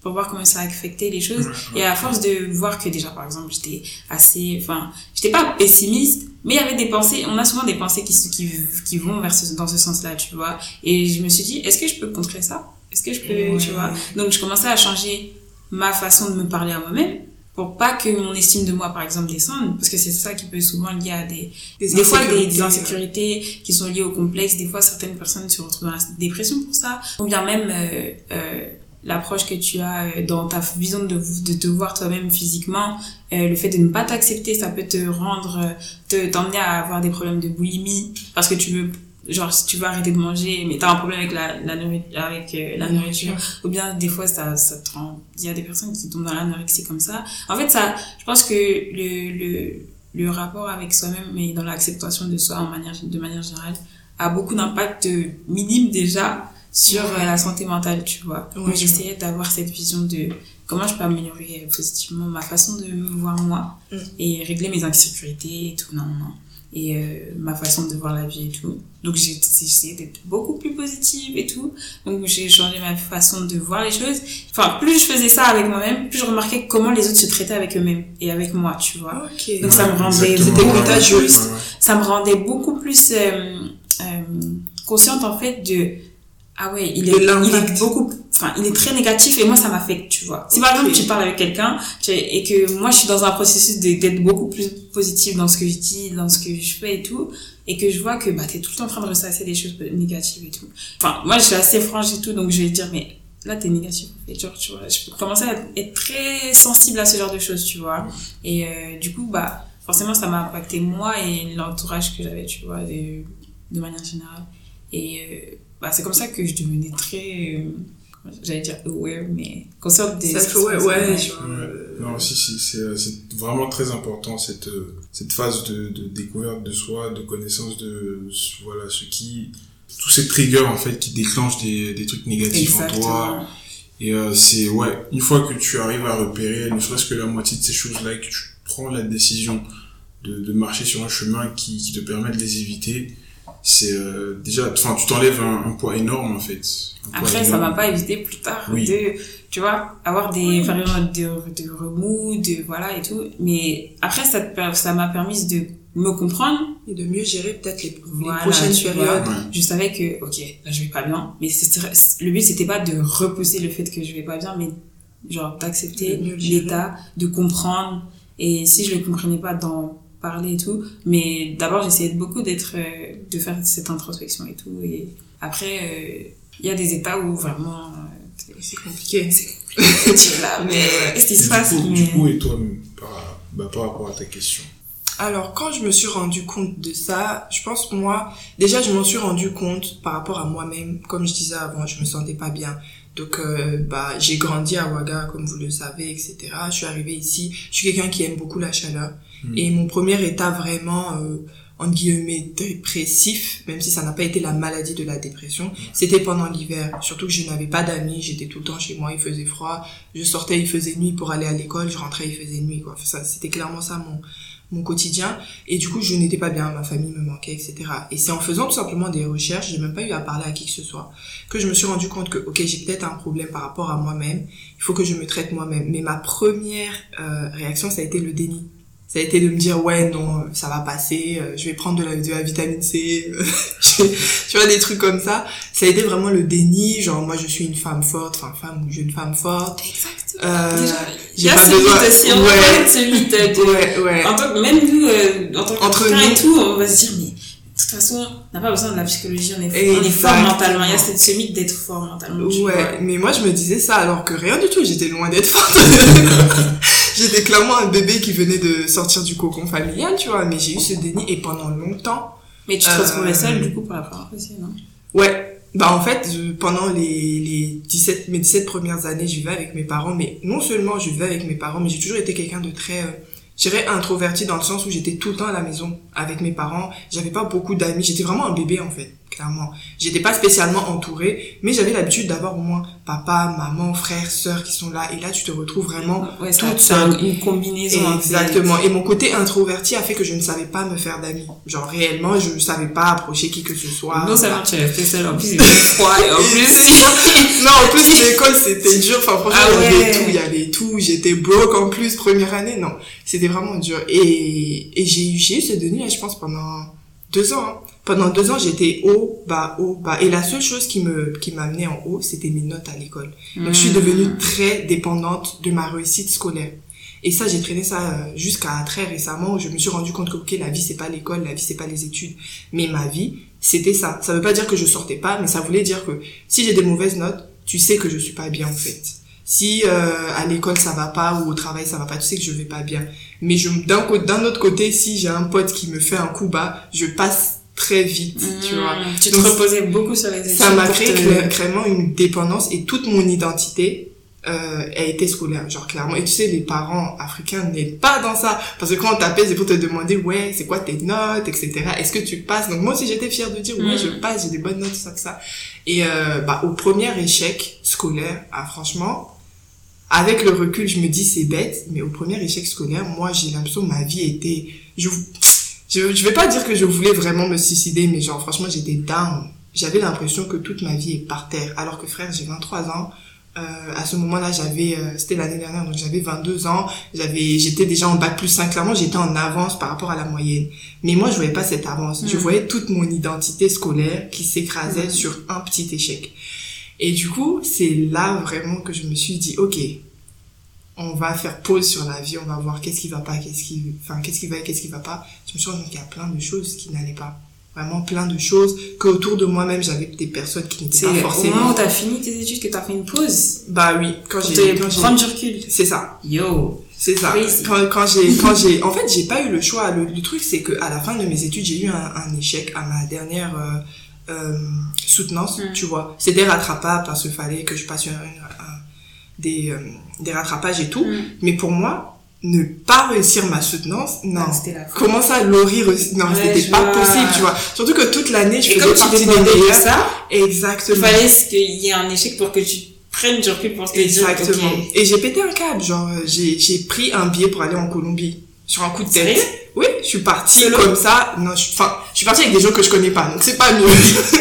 pour voir comment ça affectait les choses. Ouais, et à force de voir que déjà, par exemple, j'étais assez, enfin, j'étais pas pessimiste, mais il y avait des pensées, on a souvent des pensées qui, qui, qui vont vers ce, dans ce sens-là, tu vois. Et je me suis dit, est-ce que je peux contrer ça? Est-ce que je peux, ouais. tu vois? Donc, je commençais à changer ma façon de me parler à moi-même pour pas que mon estime de moi, par exemple, descende, parce que c'est ça qui peut souvent lier à des, des, des fois des, des insécurités qui sont liées au complexe. Des fois, certaines personnes se retrouvent dans la dépression pour ça. Ou bien même, euh, euh, l'approche que tu as dans ta vision de, de te voir toi-même physiquement, euh, le fait de ne pas t'accepter, ça peut te rendre, te, t'emmener à avoir des problèmes de boulimie, parce que tu veux, genre, si tu veux arrêter de manger, mais t'as un problème avec la, la, nourriture, avec euh, la nourriture, ou bien des fois, ça, ça te rend, il y a des personnes qui tombent dans l'anorexie comme ça. En fait, ça, je pense que le, le, le rapport avec soi-même et dans l'acceptation de soi en manière, de manière générale, a beaucoup d'impact minime déjà sur ouais. la santé mentale, tu vois. Ouais, donc j'essayais d'avoir cette vision de comment je peux améliorer positivement ma façon de me voir moi mm. et régler mes insécurités et tout, non, non. Et euh, ma façon de voir la vie et tout. Donc j'ai essayé d'être beaucoup plus positive et tout. Donc j'ai changé ma façon de voir les choses. Enfin, plus je faisais ça avec moi-même, plus je remarquais comment les autres se traitaient avec eux-mêmes et avec moi, tu vois. Okay. Donc ouais, ça me rendait, c'était contagieux. Ouais, ouais. Ça me rendait beaucoup plus euh, euh, consciente en fait de ah ouais, il est, il est beaucoup, enfin, il est très négatif et moi ça m'affecte, tu vois. Si par exemple tu parles avec quelqu'un et que moi je suis dans un processus de, d'être beaucoup plus positive dans ce que je dis, dans ce que je fais et tout, et que je vois que bah t'es tout le temps en train de ressasser des choses négatives et tout. Enfin, moi je suis assez franche et tout, donc je vais dire mais là t'es négatif. Et genre, tu vois, je peux commencer à être très sensible à ce genre de choses, tu vois. Et euh, du coup bah forcément ça m'a impacté moi et l'entourage que j'avais, tu vois, de, de manière générale. Et euh, bah c'est comme ça que je devenais très euh, j'allais dire aware mais consciente des ça ouais ouais, ouais. Non si si c'est c'est vraiment très important cette cette phase de de découverte de soi, de connaissance de voilà ce qui tous ces triggers en fait qui déclenchent des des trucs négatifs Exactement. En toi et euh, c'est ouais une fois que tu arrives à repérer ne serait-ce que la moitié de ces choses-là et que tu prends la décision de de marcher sur un chemin qui qui te permet de les éviter, c'est euh, déjà enfin tu t'enlèves un, un poids énorme en fait. Après ça m'a pas évité plus tard oui. de tu vois avoir des périodes de de remous de voilà et tout, mais après ça ça m'a permis de me comprendre et de mieux gérer peut-être les, voilà, les prochaines périodes. Ouais. Je savais que ok là je vais pas bien, mais c'est, le but c'était pas de repousser le fait que je vais pas bien, mais genre d'accepter l'état, de comprendre, et si je le comprenais pas d'en parler et tout, mais d'abord j'essayais beaucoup d'être euh, de faire cette introspection et tout, et après il euh, y a des états où vraiment euh, c'est compliqué, c'est compliqué là, mais euh, qu'est-ce qui se passe? Du coup, mais... du coup et toi par, bah, par rapport à ta question? Alors quand je me suis rendu compte de ça, je pense que moi déjà je m'en suis rendu compte par rapport à moi-même. Comme je disais avant, je me sentais pas bien. Donc euh, bah j'ai grandi à Ouaga comme vous le savez, et cetera. Je suis arrivée ici, je suis quelqu'un qui aime beaucoup la chaleur. Mmh. Et mon premier état vraiment euh, entre guillemets dépressif, même si ça n'a pas été la maladie de la dépression, mmh. c'était pendant l'hiver. Surtout que je n'avais pas d'amis, j'étais tout le temps chez moi, il faisait froid, je sortais, il faisait nuit pour aller à l'école, je rentrais, il faisait nuit quoi. Ça, c'était clairement ça mon mon quotidien, et du coup je n'étais pas bien, ma famille me manquait, et cetera. Et c'est en faisant tout simplement des recherches, j'ai même pas eu à parler à qui que ce soit, que je me suis rendu compte que ok j'ai peut-être un problème par rapport à moi-même, il faut que je me traite moi-même. Mais ma première euh, réaction ça a été le déni. Ça a été de me dire ouais non ça va passer, euh, je vais prendre de la, de la vitamine C, euh, je, tu vois des trucs comme ça. Ça a été vraiment le déni, genre moi je suis une femme forte, enfin femme ou jeune femme forte. Exactement. Euh, Déjà, j'ai pas besoin. Mythe aussi, on ouais. ce mythe de, ouais, ouais. en tant que, même nous euh, en tant qu'Africains et tout, on va se dire mais de toute façon on n'a pas besoin de la psychologie, on est, on est fort mentalement. Il y a cette, ce mythe d'être fort mentalement. Ouais, vois. Mais moi je me disais ça alors que rien du tout, j'étais loin d'être forte. J'étais clairement un bébé qui venait de sortir du cocon familial, tu vois, mais j'ai eu ce déni et pendant longtemps. Mais tu te euh, retrouvais seule du coup pour la première fois aussi, non? Ouais. Bah en fait, je, pendant les les dix-sept mes dix-sept premières années, je vivais avec mes parents, mais non seulement je vivais avec mes parents, mais j'ai toujours été quelqu'un de très euh, je dirais introverti dans le sens où j'étais tout le temps à la maison avec mes parents, j'avais pas beaucoup d'amis, j'étais vraiment un bébé en fait. clairement. J'étais pas spécialement entourée, mais j'avais l'habitude d'avoir au moins papa, maman, frères, sœurs qui sont là. Et là, tu te retrouves vraiment ouais, toute seule. Une combinaison. Exactement. Et mon côté introverti a fait que je ne savais pas me faire d'amis. Genre, réellement, je ne savais pas approcher qui que ce soit. Non seulement tu restais seule, en plus, il était froid, et en plus... non, en plus, l'école, c'était dur. Enfin, franchement, ah ouais. il y avait tout, il y avait tout. J'étais broke en plus, première année. Non, c'était vraiment dur. Et, et j'ai eu, j'ai eu ce Denis, je pense, pendant deux ans. Hein. Pendant deux ans, j'étais haut, bas, haut, bas. Et la seule chose qui me, qui m'amenait en haut, c'était mes notes à l'école. Donc, mmh. je suis devenue très dépendante de ma réussite scolaire. Et ça, j'ai traîné ça jusqu'à très récemment où je me suis rendu compte que, ok, la vie, c'est pas l'école, la vie, c'est pas les études. Mais ma vie, c'était ça. Ça veut pas dire que je sortais pas, mais ça voulait dire que si j'ai des mauvaises notes, tu sais que je suis pas bien, en fait. Si, euh, à l'école, ça va pas, ou au travail, ça va pas, tu sais que je vais pas bien. Mais je, d'un côté, d'un autre côté, si j'ai un pote qui me fait un coup bas, je passe très vite, mmh, tu vois. Tu te Donc, reposais beaucoup sur les études. Ça m'a créé te... clairement une dépendance et toute mon identité euh, a été scolaire, genre clairement. Et tu sais, les parents africains n'aident pas dans ça. Parce que quand on t'appelle, c'est pour te demander, ouais, c'est quoi tes notes, et cetera. Est-ce que tu passes? Donc moi aussi, j'étais fière de dire, ouais, mmh. je passe, j'ai des bonnes notes, tout ça, tout ça. Et euh, bah, au premier échec scolaire, ah, franchement, avec le recul, je me dis, c'est bête, mais au premier échec scolaire, moi, j'ai l'impression que ma vie était... Je... Je, je vais pas dire que je voulais vraiment me suicider, mais genre, franchement, j'étais down. J'avais l'impression que toute ma vie est par terre. Alors que frère, j'ai vingt-trois ans. Euh, à ce moment-là, j'avais, euh, c'était l'année dernière, donc j'avais vingt-deux ans. J'avais, j'étais déjà en bac plus cinq. Clairement, j'étais en avance par rapport à la moyenne. Mais moi, je voyais pas cette avance. Mmh. Je voyais toute mon identité scolaire qui s'écrasait mmh. sur un petit échec. Et du coup, c'est là vraiment que je me suis dit, ok, on va faire pause sur la vie, on va voir qu'est-ce qui va pas, qu'est-ce qui, enfin, qu'est-ce qui va et qu'est-ce qui va pas. Je me suis rendu compte qu'il y a plein de choses qui n'allaient pas. Vraiment plein de choses, qu'autour de moi-même, j'avais des personnes qui n'étaient pas forcément... C'est au moment où t'as fini tes études que t'as fait une pause? Bah oui, quand Pour j'ai... Pour te prendre du recul. C'est ça. Yo. C'est ça. Oui, quand, quand j'ai, quand j'ai, en fait, j'ai pas eu le choix. Le, le truc, c'est que à la fin de mes études, j'ai eu un, un échec à ma dernière, euh, euh, soutenance, mm. tu vois. C'était rattrapable parce qu'il fallait que je passe une, une, un, des, euh, des rattrapages et tout. Mm. Mais pour moi, ne pas réussir ma soutenance, non. Ah, comment ça, Laurie, non, ouais, c'était pas vois. possible, tu vois. Surtout que toute l'année, je et faisais partie des meilleurs. Ça, exactement. Il fallait qu'il y ait un échec pour que tu prennes du recul pour se dire. Exactement. Okay. Et j'ai pété un câble, genre, j'ai, j'ai pris un billet pour aller en Colombie. Sur un coup de tête. Sérieux? Oui, je suis partie Solo? Comme ça. Non, je, enfin, je suis partie avec des gens que je connais pas, donc c'est pas mieux.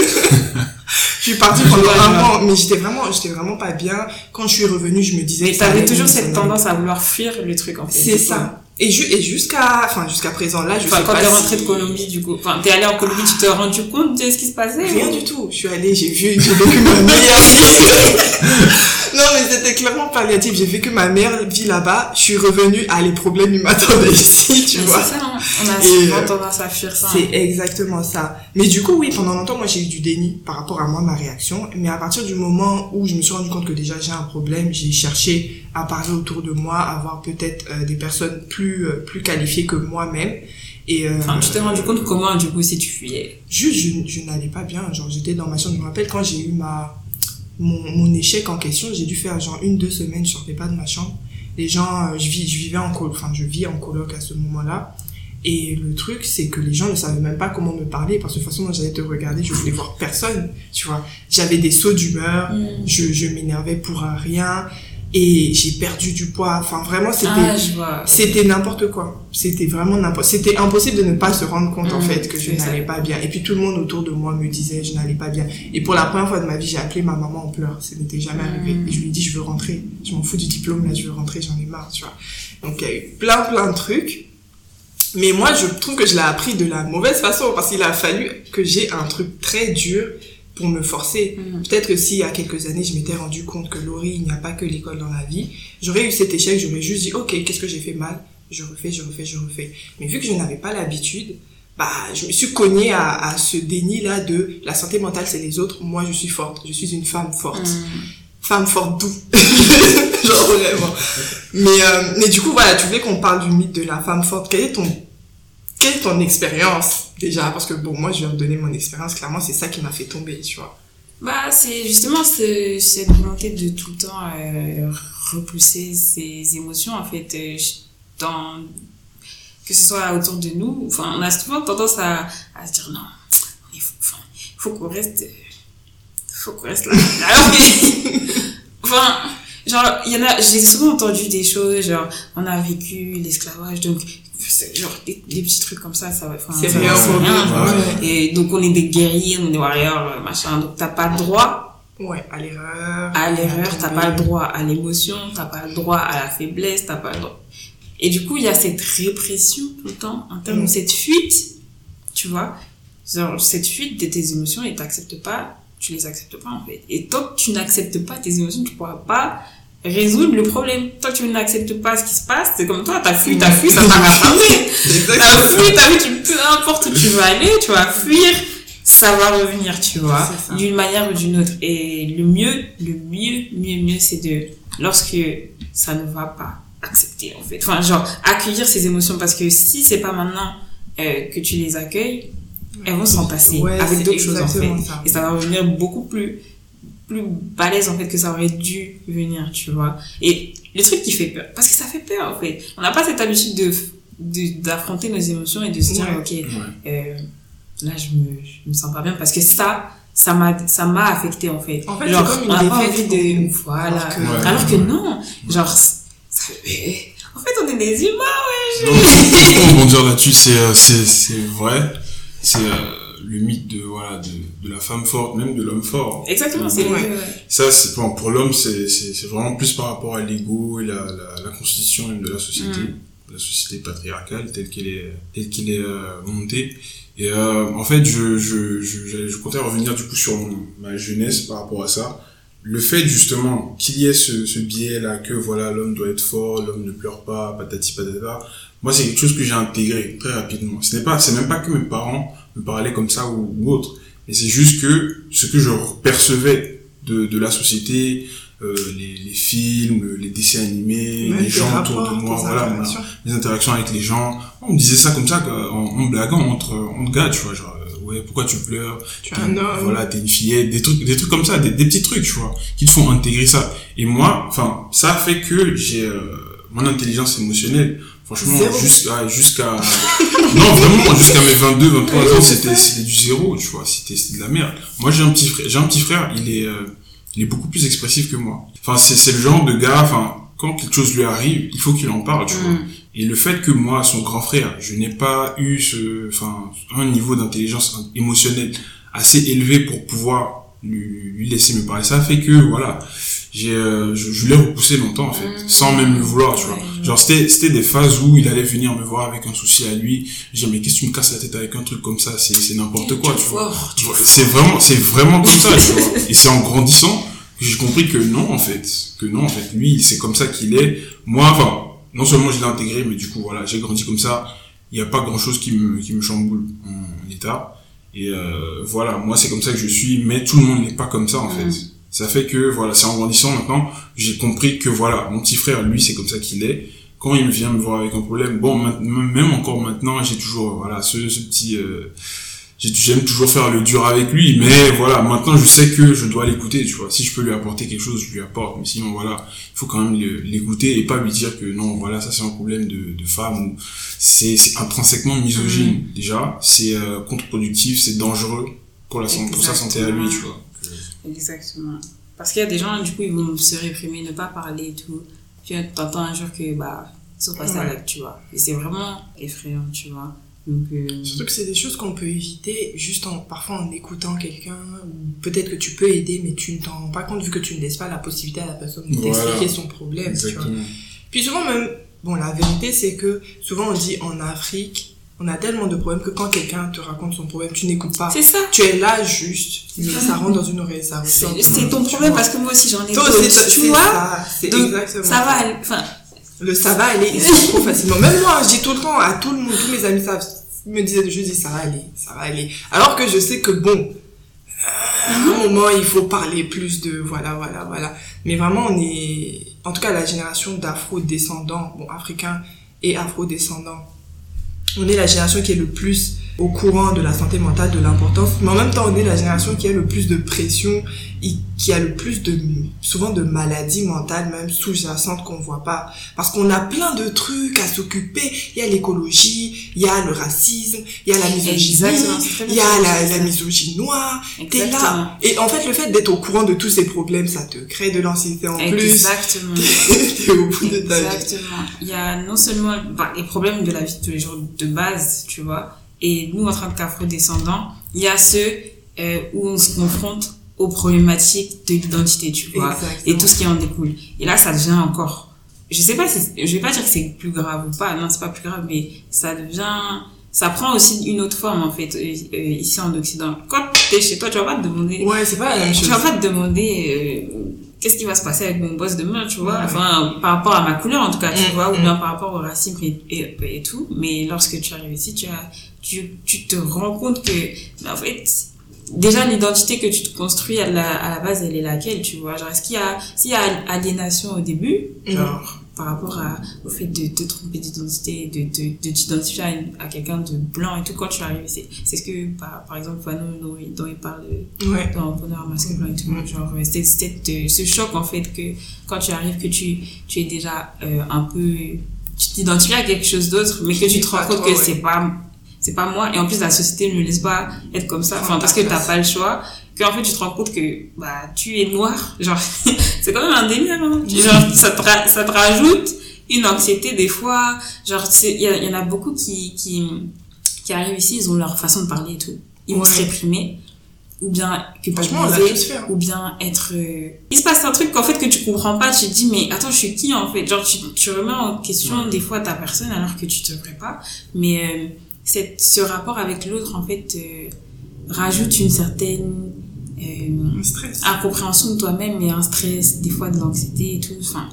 Je suis partie pendant un mois, mais j'étais vraiment, j'étais vraiment pas bien. Quand je suis revenue, je me disais... Mais t'avais toujours cette tendance à vouloir fuir le truc, en fait. C'est ça. Et, ju- et jusqu'à, enfin, jusqu'à présent, là, je enfin, sais quand pas t'es si... rentrée de Colombie, du coup, enfin, t'es allée en Colombie, tu t'es rendu compte de ce qui se passait? Rien ou... du tout. Je suis allée, j'ai vu, j'ai vécu ma meilleure vie. Non, mais c'était clairement palliatif. J'ai vécu ma meilleure vie là-bas. Je suis revenue, ah, les problèmes, ils m'attendaient ici, tu mais vois. C'est ça, hein. On a souvent tendance à fuir ça. C'est exactement ça. Mais du coup, oui, pendant longtemps, moi, j'ai eu du déni par rapport à moi, ma réaction. Mais à partir du moment où je me suis rendu compte que déjà j'ai un problème, j'ai cherché à parler autour de moi, à avoir peut-être euh, des personnes plus euh, plus qualifiées que moi-même. Et euh, enfin, tu t'es rendu compte comment, du coup, si tu fuyais? Juste, je, je n'allais pas bien. Genre, j'étais dans ma chambre. Je me rappelle quand j'ai eu ma mon, mon échec en question, j'ai dû faire genre une, deux semaines, je sortais pas de ma chambre. Les gens, euh, je, vis, je vivais en coloc, enfin, je vis en coloc à ce moment-là. Et le truc, c'est que les gens ne savaient même pas comment me parler, parce que de toute façon, moi, j'allais te regarder, je voulais voir personne, tu vois. J'avais des sauts d'humeur, mmh. je, je m'énervais pour un rien, et j'ai perdu du poids. Enfin, vraiment, c'était, ah, je vois. c'était n'importe quoi. C'était vraiment n'importe, c'était impossible de ne pas se rendre compte, mmh, en fait, que je n'allais pas bien. Et puis, tout le monde autour de moi me disait, je n'allais pas bien. Et pour la première fois de ma vie, j'ai appelé ma maman en pleurs. Ça n'était jamais mmh. arrivé. Et je lui ai dit, je veux rentrer. Je m'en fous du diplôme, là, je veux rentrer, j'en ai marre, tu vois. Donc, il y a eu plein, plein de trucs. Mais moi, je trouve que je l'ai appris de la mauvaise façon, parce qu'il a fallu que j'ai un truc très dur pour me forcer. Mmh. Peut-être que si, il y a quelques années, je m'étais rendu compte que Laurie, il n'y a pas que l'école dans la vie, j'aurais eu cet échec, j'aurais juste dit, ok, qu'est-ce que j'ai fait mal? Je refais, je refais, je refais. Mais vu que je n'avais pas l'habitude, bah, je me suis cognée à, à ce déni-là de la santé mentale, c'est les autres, moi, je suis forte, je suis une femme forte. Mmh. Femme forte d'où? Genre vraiment. Mais, euh, mais du coup, voilà, tu voulais qu'on parle du mythe de la femme forte. Quelle est ton, quelle est ton expérience, déjà? Parce que bon, moi, je viens de donner mon expérience, clairement, c'est ça qui m'a fait tomber, tu vois. Bah, c'est justement ce, cette volonté de tout le temps euh, repousser ses émotions, en fait, euh, dans, que ce soit autour de nous. Enfin, on a souvent tendance à, à se dire non, il faut, enfin, faut qu'on reste, faut qu'on reste là. Alors que, enfin, genre, il y en a, j'ai souvent entendu des choses, genre, on a vécu l'esclavage, donc, c'est genre, des, des petits trucs comme ça, ça va, enfin, c'est ça, rien, c'est rien, genre. Ouais. Et donc, on est des guerriers, on est des warriors, machin, donc t'as pas le droit. Ouais, à l'erreur. À l'erreur, t'as pas le droit à l'émotion, t'as pas le droit à la faiblesse, t'as pas le droit. Et du coup, il y a cette répression tout le temps, en termes de cette fuite, tu vois. Genre, cette fuite de tes émotions et t'acceptes pas, tu les acceptes pas, en fait. Et tant que tu n'acceptes pas tes émotions, tu pourras pas résoudre le problème. Tant que tu n'acceptes pas ce qui se passe, c'est comme toi, t'as fui, t'as fui, ça t'a rattrapé. T'as fui, t'as fui, tu, peu importe où tu vas aller, tu vas fuir. Ça va revenir, tu vois, d'une manière ou d'une autre. Et le mieux, le mieux, mieux, mieux, c'est de, lorsque ça ne va pas, accepter, en fait. Enfin, genre, accueillir ces émotions, parce que si c'est pas maintenant euh, que tu les accueilles, elles vont s'en passer ouais, avec d'autres choses, en fait. Ça. Et ça va revenir beaucoup plus, plus balèze, en fait, que ça aurait dû venir, tu vois. Et le truc qui fait peur, parce que ça fait peur, en fait. On n'a pas cette habitude de, de, d'affronter nos émotions et de se dire, ouais. ok, euh, là je me je me sens pas bien, parce que ça ça m'a ça m'a affecté, en fait. En fait, genre c'est comme une on a pas défaite envie de voilà alors que, ouais. alors que non, genre ça, en fait on est des humains, ouais. Donc, pour rebondir là-dessus, c'est c'est c'est vrai, c'est euh, le mythe de voilà de de la femme forte, même de l'homme fort. Exactement, c'est vrai. Ouais. Ça c'est bon, pour l'homme, c'est c'est c'est vraiment plus par rapport à l'ego et la la, la constitution même de la société. Mm. La société patriarcale telle qu'elle est telle qu'elle est euh, montée. Et euh, en fait, je je je je comptais revenir du coup sur mon, ma jeunesse par rapport à ça. Le fait justement qu'il y ait ce ce biais là que voilà l'homme doit être fort, l'homme ne pleure pas, patati patata. Moi, c'est quelque chose que j'ai intégré très rapidement. Ce n'est pas, c'est même pas que mes parents me parlaient comme ça ou, ou autre, mais c'est juste que ce que je percevais de de la société. Euh, les, les films, les dessins animés, même les gens rapports, autour de moi, voilà, interactions. les interactions avec les gens. On me disait ça comme ça, en, en blaguant entre, entre gars, tu vois, genre, euh, ouais, pourquoi tu pleures? Tu es un homme. Voilà, t'es une fillette, des trucs, des trucs comme ça, des, des petits trucs, tu vois, qui te font intégrer ça. Et moi, enfin, ça fait que j'ai, euh, mon intelligence émotionnelle, franchement, jusqu'à, jusqu'à, non, vraiment, jusqu'à mes vingt-deux, vingt-trois ans, c'était, c'était du zéro, tu vois, c'était, c'était de la merde. Moi, j'ai un petit frère, j'ai un petit frère, il est, euh, il est beaucoup plus expressif que moi. Enfin, c'est, c'est le genre de gars, enfin, quand quelque chose lui arrive, il faut qu'il en parle, tu mmh. vois. Et le fait que moi, son grand frère, je n'ai pas eu ce, enfin, un niveau d'intelligence émotionnelle assez élevé pour pouvoir lui, lui laisser me parler, ça fait que, voilà, j'ai, euh, je, je l'ai repoussé longtemps, en fait, mmh. sans même le vouloir, tu vois. Ouais. Genre, c'était, c'était des phases où il allait venir me voir avec un souci à lui. Je disais, mais qu'est-ce que tu me casses la tête avec un truc comme ça? C'est, c'est n'importe quoi, tu vois. Tu vois. C'est vraiment, c'est vraiment comme ça, tu vois. Et c'est en grandissant que j'ai compris que non, en fait. Que non, en fait. Lui, c'est comme ça qu'il est. Moi, enfin, non seulement je l'ai intégré, mais du coup, voilà, j'ai grandi comme ça. Il n'y a pas grand chose qui me, qui me chamboule en état. Et, euh, voilà, moi, c'est comme ça que je suis, mais tout le monde n'est pas comme ça, en mmh. fait. Ça fait que, voilà, c'est en grandissant maintenant, j'ai compris que, voilà, mon petit frère, lui, c'est comme ça qu'il est. Quand il vient me voir avec un problème, bon, même encore maintenant, j'ai toujours, voilà, ce, ce petit, euh, j'aime toujours faire le dur avec lui, mais voilà, maintenant, je sais que je dois l'écouter, tu vois. Si je peux lui apporter quelque chose, je lui apporte. Mais sinon, voilà, il faut quand même l'écouter et pas lui dire que non, voilà, ça c'est un problème de, de femme ou c'est, c'est intrinsèquement misogyne, mmh. déjà. C'est, euh, contre-productif, c'est dangereux pour la santé, pour sa santé à lui, tu vois. Exactement. Parce qu'il y a des gens, du coup, ils vont se réprimer, ne pas parler et tout. Puis t'entends un jour que, bah, ils sont passés avec, tu vois. Et c'est vraiment effrayant, tu vois. Donc, euh... surtout que c'est des choses qu'on peut éviter juste en, parfois en écoutant quelqu'un, ou peut-être que tu peux aider, mais tu ne t'en rends pas compte vu que tu ne laisses pas la possibilité à la personne de voilà. t'expliquer son problème, exactement. Tu vois. Puis souvent même, bon, la vérité c'est que souvent on dit en Afrique, on a tellement de problèmes que quand quelqu'un te raconte son problème, tu n'écoutes pas. C'est ça. Tu es là juste, mais ça rentre dans une oreille, ça ressort. C'est, c'est ton problème parce que moi aussi j'en ai toi aussi, tu vois. Ça, c'est donc, exactement ça va, elle, enfin. Le ça va aller, il se trop facilement. Même moi, je dis tout le temps à tout le monde, tous mes amis savent, me disaient, je dis ça va aller, ça va aller. Alors que je sais que bon, euh, à un moment il faut parler plus de voilà, voilà, voilà. Mais vraiment on est, en tout cas la génération d'afro-descendants, bon africains et afro-descendants, on est la génération qui est le plus au courant de la santé mentale, de l'importance, mais en même temps on est la génération qui a le plus de pression et qui a le plus de souvent de maladies mentales même sous-jacentes qu'on voit pas, parce qu'on a plein de trucs à s'occuper. Il y a l'écologie, il y a le racisme, il y a la misogynie, il y a la, la misogynie noire. T'es là, et en fait le fait d'être au courant de tous ces problèmes, ça te crée de l'anxiété en Exactement. plus. Exactement. T'es au bout de ta vie. Exactement. Il y a non seulement bah, les problèmes de la vie de tous les jours de base, tu vois, et nous en tant qu'afro-descendants, il y a ceux euh, où on se confronte aux problématiques de l'identité, tu vois, exactement. Et tout ce qui en découle. Et là, ça devient encore, je sais pas si, je vais pas dire que c'est plus grave ou pas, non, c'est pas plus grave, mais ça devient, ça prend aussi une autre forme, en fait, euh, euh, ici en Occident. Quand t'es chez toi, tu vas pas te demander, ouais, c'est pas la même chose. Tu vas pas te demander, euh, qu'est-ce qui va se passer avec mon boss demain, tu vois, ouais. Enfin, par rapport à ma couleur, en tout cas, tu mmh, vois, mmh. ou bien par rapport au racisme et, et, et tout. Mais lorsque tu arrives ici, tu as, tu, tu te rends compte que, en fait, déjà, l'identité que tu te construis à la, à la base, elle est laquelle, tu vois. Genre, est-ce qu'il y a, s'il y a aliénation au début, mmh. genre, par rapport à, au fait de te tromper d'identité, de, de, de t'identifier à, une, à quelqu'un de blanc et tout, quand tu arrives, c'est, c'est ce que, par, par exemple, Fano, dont, dont il parle ouais. dans Bonheur masque blanc et tout, mmh. genre, c'est, c'est ce choc, en fait, que quand tu arrives, que tu, tu es déjà, euh, un peu, tu t'identifies à quelque chose d'autre, mais que tu te rends compte que ouais. c'est pas, c'est pas moi, et en plus la société ne me laisse pas être comme ça, enfin parce que t'as pas le choix, que en fait tu te rends compte que bah tu es noir, genre c'est quand même un délire, hein. Genre ça te ra- ça te rajoute une anxiété des fois, genre c'est il y, y en a beaucoup qui qui qui arrivent ici, ils ont leur façon de parler et tout, ils vont ouais. se réprimer ou bien culpabiliser ou bien être euh... il se passe un truc qu'en fait que tu comprends pas, tu te dis mais attends je suis qui en fait, genre tu tu remets en question ouais. des fois ta personne alors que tu te devrais pas, mais euh, cette, ce rapport avec l'autre, en fait, euh, rajoute une certaine euh, un stress. incompréhension de toi-même et un stress, des fois de l'anxiété et tout. Enfin,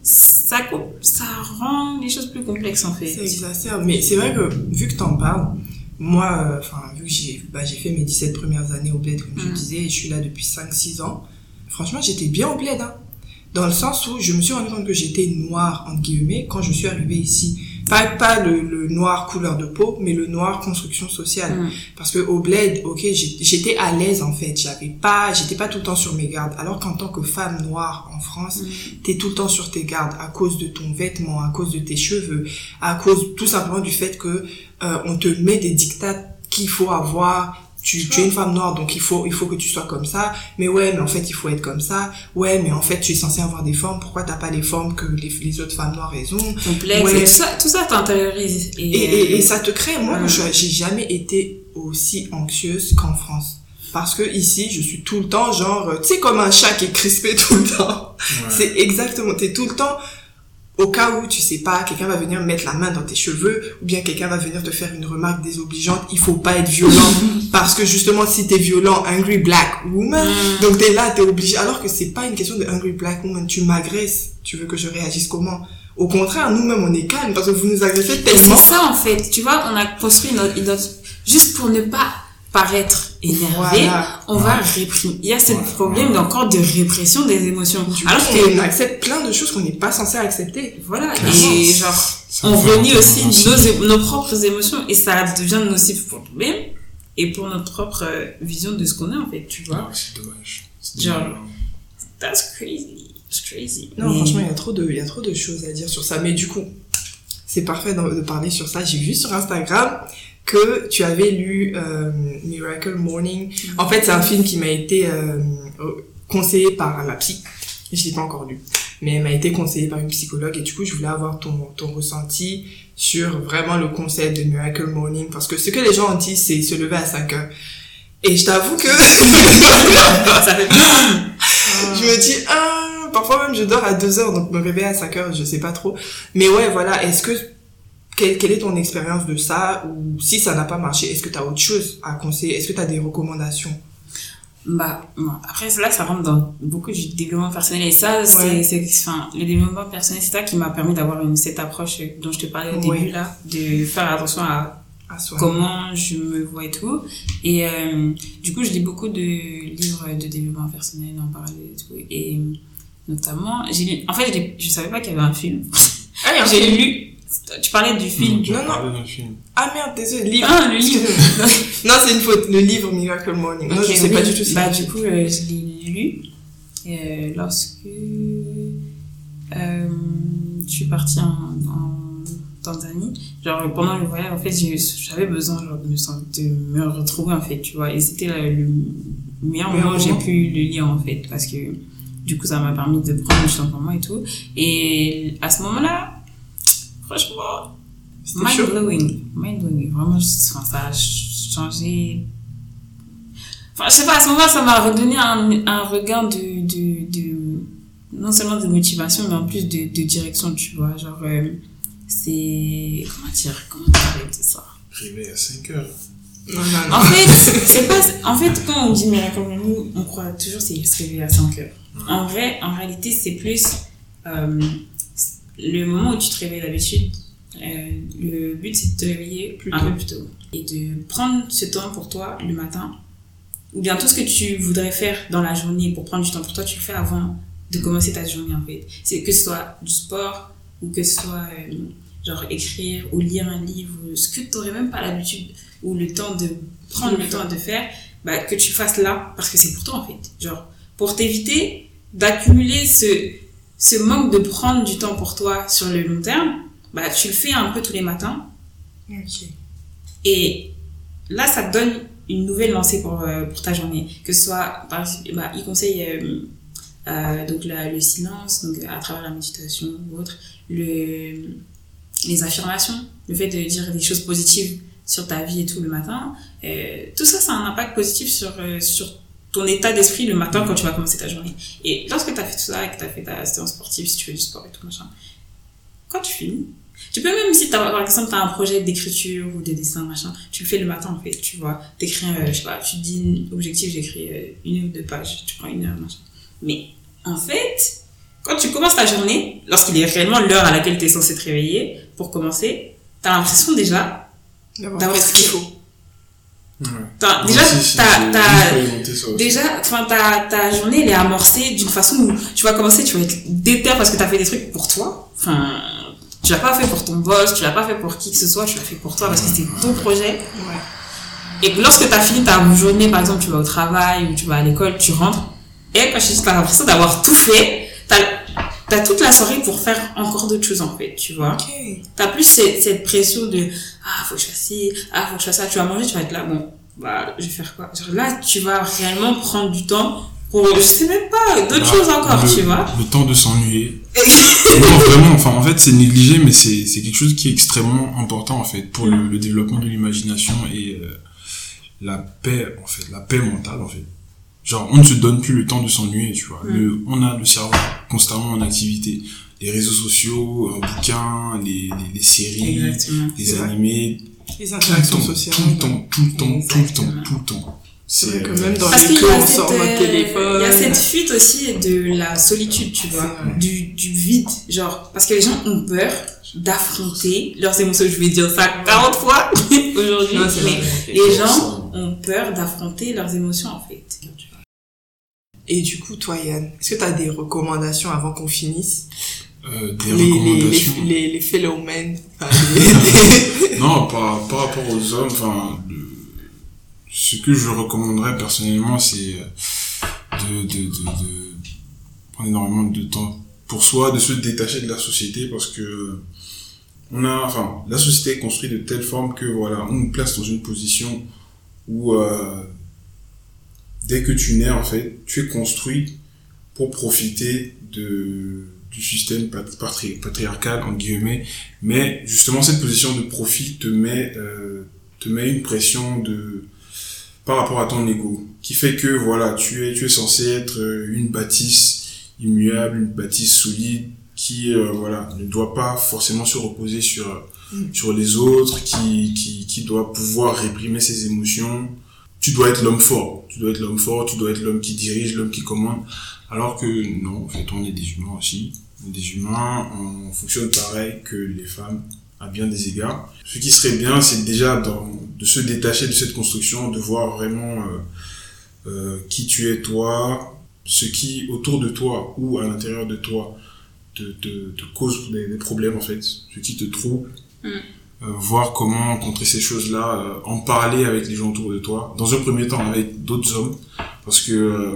ça, ça rend les choses plus complexes, en fait. C'est exacerbe. Mais c'est vrai que, vu que t'en parles, moi, enfin, euh, vu que j'ai, bah, j'ai fait mes dix-sept premières années au bled, comme mmh. je disais, et je suis là depuis cinq six ans, franchement, j'étais bien au bled, hein. Dans le sens où je me suis rendu compte que j'étais noire, entre guillemets, quand je suis arrivée ici. Pas, pas le, le noir couleur de peau, mais le noir construction sociale. Mmh. Parce que au bled, ok, j'étais à l'aise, en fait. J'avais pas, j'étais pas tout le temps sur mes gardes. Alors qu'en tant que femme noire en France, mmh. t'es tout le temps sur tes gardes à cause de ton vêtement, à cause de tes cheveux, à cause tout simplement du fait que, euh, on te met des dictats qu'il faut avoir. Tu, tu es une femme noire, donc il faut, il faut que tu sois comme ça. Mais ouais, mais en fait, il faut être comme ça. Ouais, mais en fait, tu es censé avoir des formes. Pourquoi t'as pas les formes que les, les autres femmes noires elles ont? Complexe. Ouais. Tout ça, tout ça t'intériorise. Et, et, et, et ça te crée, moi, ouais. je, j'ai jamais été aussi anxieuse qu'en France. Parce que ici, je suis tout le temps, genre, tu sais, comme un chat qui est crispé tout le temps. Ouais. C'est exactement, t'es tout le temps, au cas où tu sais pas, quelqu'un va venir mettre la main dans tes cheveux, ou bien quelqu'un va venir te faire une remarque désobligeante, il faut pas être violent, parce que justement, si t'es violent, angry black woman, mm. donc t'es là, t'es obligé, alors que c'est pas une question de angry black woman, tu m'agresses, tu veux que je réagisse comment? Au contraire, nous-mêmes, on est calme, parce que vous nous agressez tellement. C'est ça, en fait, tu vois, on a construit notre identité, juste pour ne pas paraître énervé, voilà. on va réprimer. Il y a ce voilà. problème encore de répression des émotions. Du Alors coup, on accepte plein de choses qu'on n'est pas censé accepter. Voilà. Clairement. Et genre, ça on renie aussi nos, nos propres émotions et ça devient nocif pour nous-mêmes et pour notre propre vision de ce qu'on est, en fait, tu vois. Ah, c'est dommage. C'est genre, dommage. that's crazy. It's crazy. Non, mais... franchement, il y a trop de, il y a trop de choses à dire sur ça. Mais du coup, c'est parfait de, de parler sur ça. J'ai vu sur Instagram que tu avais lu euh, Miracle Morning. En fait, c'est un film qui m'a été euh, conseillé par la psy. Je l'ai pas encore lu, mais elle m'a été conseillée par une psychologue et du coup, je voulais avoir ton ton ressenti sur vraiment le concept de Miracle Morning, parce que ce que les gens disent, c'est se lever à cinq heures. Et je t'avoue que ça fait je me dis ah, parfois même je dors à deux heures, donc me réveiller à cinq heures, je sais pas trop. Mais ouais, voilà, est-ce que Quelle, quelle est ton expérience de ça, ou si ça n'a pas marché, est-ce que tu as autre chose à conseiller? Est-ce que tu as des recommandations? Bah, bon, après, là, ça rentre dans beaucoup du développement personnel. Et ça, ouais. c'est, c'est, enfin, le développement personnel, c'est ça qui m'a permis d'avoir une, cette approche dont je te parlais au ouais. début, là, de faire attention à, à comment je me vois et tout. Et, euh, du coup, je lis beaucoup de livres de développement personnel, en parallèle et tout. Et, notamment, j'ai lu, en fait, je, je savais pas qu'il y avait un film. Ah, j'ai lu, Tu parlais du film. Non, non. non. Film. Ah merde, désolé, le livre. Ah, le livre. Non, c'est une faute. Le livre Miracle Morning. Non, Okay, je sais oui. pas du tout si Bah, du coup, euh, je l'ai lu euh, lorsque euh, je suis partie en, en Tanzanie. Genre, pendant le voyage, en fait, j'ai, j'avais besoin genre, de, me, sent- de me retrouver, en fait, tu vois. Et c'était le, le meilleur moment où j'ai pu le lire, en fait, parce que du coup, ça m'a permis de prendre du temps pour moi et tout. Et à ce moment-là, franchement, mind blowing, mind blowing. Vraiment, enfin, ça a changé. Enfin, je sais pas, à ce moment-là, ça m'a redonné un, un regard de, de, de, non seulement de motivation, mais en plus de, de direction, tu vois. Genre, euh, c'est, comment dire, comment parler de ça? Réveil à cinq heures. Non, non, non. En fait, c'est pas, en fait, quand on dit Miracle Morning, on croit toujours que c'est se réveiller à cinq heures. En vrai, en réalité, c'est plus, euh, le moment où tu te réveilles d'habitude. Euh, le but c'est de te réveiller Plus un tôt. peu plus tôt et de prendre ce temps pour toi le matin, ou bien tout ce que tu voudrais faire dans la journée pour prendre du temps pour toi, tu le fais avant de commencer ta journée, en fait. C'est que ce soit du sport ou que ce soit euh, genre écrire ou lire un livre, ou ce que tu n'aurais même pas l'habitude ou le temps de prendre le temps de faire, bah, que tu fasses là parce que c'est pour toi, en fait. Genre pour t'éviter d'accumuler ce, ce manque de prendre du temps pour toi sur le long terme, bah, tu le fais un peu tous les matins. Ok. Et là, ça te donne une nouvelle lancée pour, euh, pour ta journée. Que ce soit, par exemple, bah, il conseille euh, euh, donc la, le silence, donc à travers la méditation ou autre, le, les affirmations, le fait de dire des choses positives sur ta vie et tout le matin. Euh, tout ça, ça a un impact positif sur, euh, sur ton état d'esprit le matin quand tu vas commencer ta journée. Et lorsque tu as fait tout ça et que tu as fait ta séance sportive, si tu fais du sport et tout machin, quand tu finis, tu peux même, si t'as, par exemple, tu as un projet d'écriture ou de dessin, machin, tu le fais le matin, en fait, tu vois. T'écris, euh, je sais pas, tu te dis, objectif, j'écris euh, une ou deux pages, tu prends une heure, machin. Mais, en fait, quand tu commences ta journée, lorsqu'il est réellement l'heure à laquelle tu es censé te réveiller, pour commencer, tu as l'impression déjà d'avoir ce qu'il faut. Ouais. T'as, déjà, si, si, t'as, t'as, t'as déjà, enfin, ta, ta journée, elle est amorcée d'une façon où tu vas commencer, tu vas être déter parce que tu as fait des trucs pour toi. Enfin, tu l'as pas fait pour ton boss, tu l'as pas fait pour qui que ce soit, tu l'as fait pour toi parce que c'était ton projet. Ouais. Et que lorsque tu as fini ta journée, par exemple, tu vas au travail ou tu vas à l'école, tu rentres, et quand je dis, t'as l'impression d'avoir tout fait, t'as, t'as toute la soirée pour faire encore d'autres choses, en fait, tu vois. Ok. T'as plus cette, cette pression de, ah, faut que je fasse ci, ah, faut que je fasse ça, tu vas manger, tu vas être là, bon, bah, je vais faire quoi? Genre là, tu vas réellement prendre du temps pour, je sais même pas, d'autres Bah, choses encore, le, tu vois. Le temps de s'ennuyer. Non, vraiment, enfin, en fait, c'est négligé, mais c'est, c'est quelque chose qui est extrêmement important, en fait, pour le, le développement de l'imagination et euh, la paix, en fait, la paix mentale, en fait. Genre, on ne se donne plus le temps de s'ennuyer, tu vois. Mm. Le, on a le cerveau constamment en activité. Les réseaux sociaux, un bouquin, les, les, les séries, Exactement. les C'est vrai. animés, Les tout le interactions temps, sociales. tout le temps, tout le temps, tout le temps, Exactement. tout le temps. C'est vrai que euh, même dans Parce les qu'il y cours, a on cette, sort notre euh, téléphone. il y a cette fuite aussi de la solitude, tu vois, vrai. du, du vide, genre, parce que les gens ont peur d'affronter leurs émotions. Je vais dire ça quarante fois aujourd'hui, Non, c'est mais vrai. les gens ont peur d'affronter leurs émotions, en fait. Et du coup, toi, Yann, est-ce que tu as des recommandations avant qu'on finisse? euh, des les, les, recommandations. les, les, les phénomènes. Enfin, les- Non, par, par rapport aux hommes, enfin, le- ce que je recommanderais personnellement, c'est de, de, de, de prendre énormément de temps pour soi, de se détacher de la société, parce que on a, enfin, la société est construite de telle forme que, voilà, on nous place dans une position où, euh, dès que tu nais, en fait, tu es construit pour profiter de, du système patri- patriarcal, entre guillemets, mais justement, cette position de profit te met, euh, te met une pression de, par rapport à ton ego, qui fait que, voilà, tu es, tu es censé être une bâtisse immuable, une bâtisse solide, qui, euh, voilà, ne doit pas forcément se reposer sur, mm. sur les autres, qui, qui, qui doit pouvoir réprimer ses émotions. Tu dois être l'homme fort, tu dois être l'homme fort, tu dois être l'homme qui dirige, l'homme qui commande, alors que non, en fait, on est des humains aussi, on est des humains, on fonctionne pareil que les femmes, à bien des égards. Ce qui serait bien, c'est déjà dans, de se détacher de cette construction, de voir vraiment euh, euh, qui tu es toi, ce qui, autour de toi ou à l'intérieur de toi, te te, te, te causent des, des problèmes, en fait, ce qui te trouble. Mm. Euh, voir comment contrer ces choses-là, euh, en parler avec les gens autour de toi. Dans un premier temps, avec d'autres hommes, parce que euh,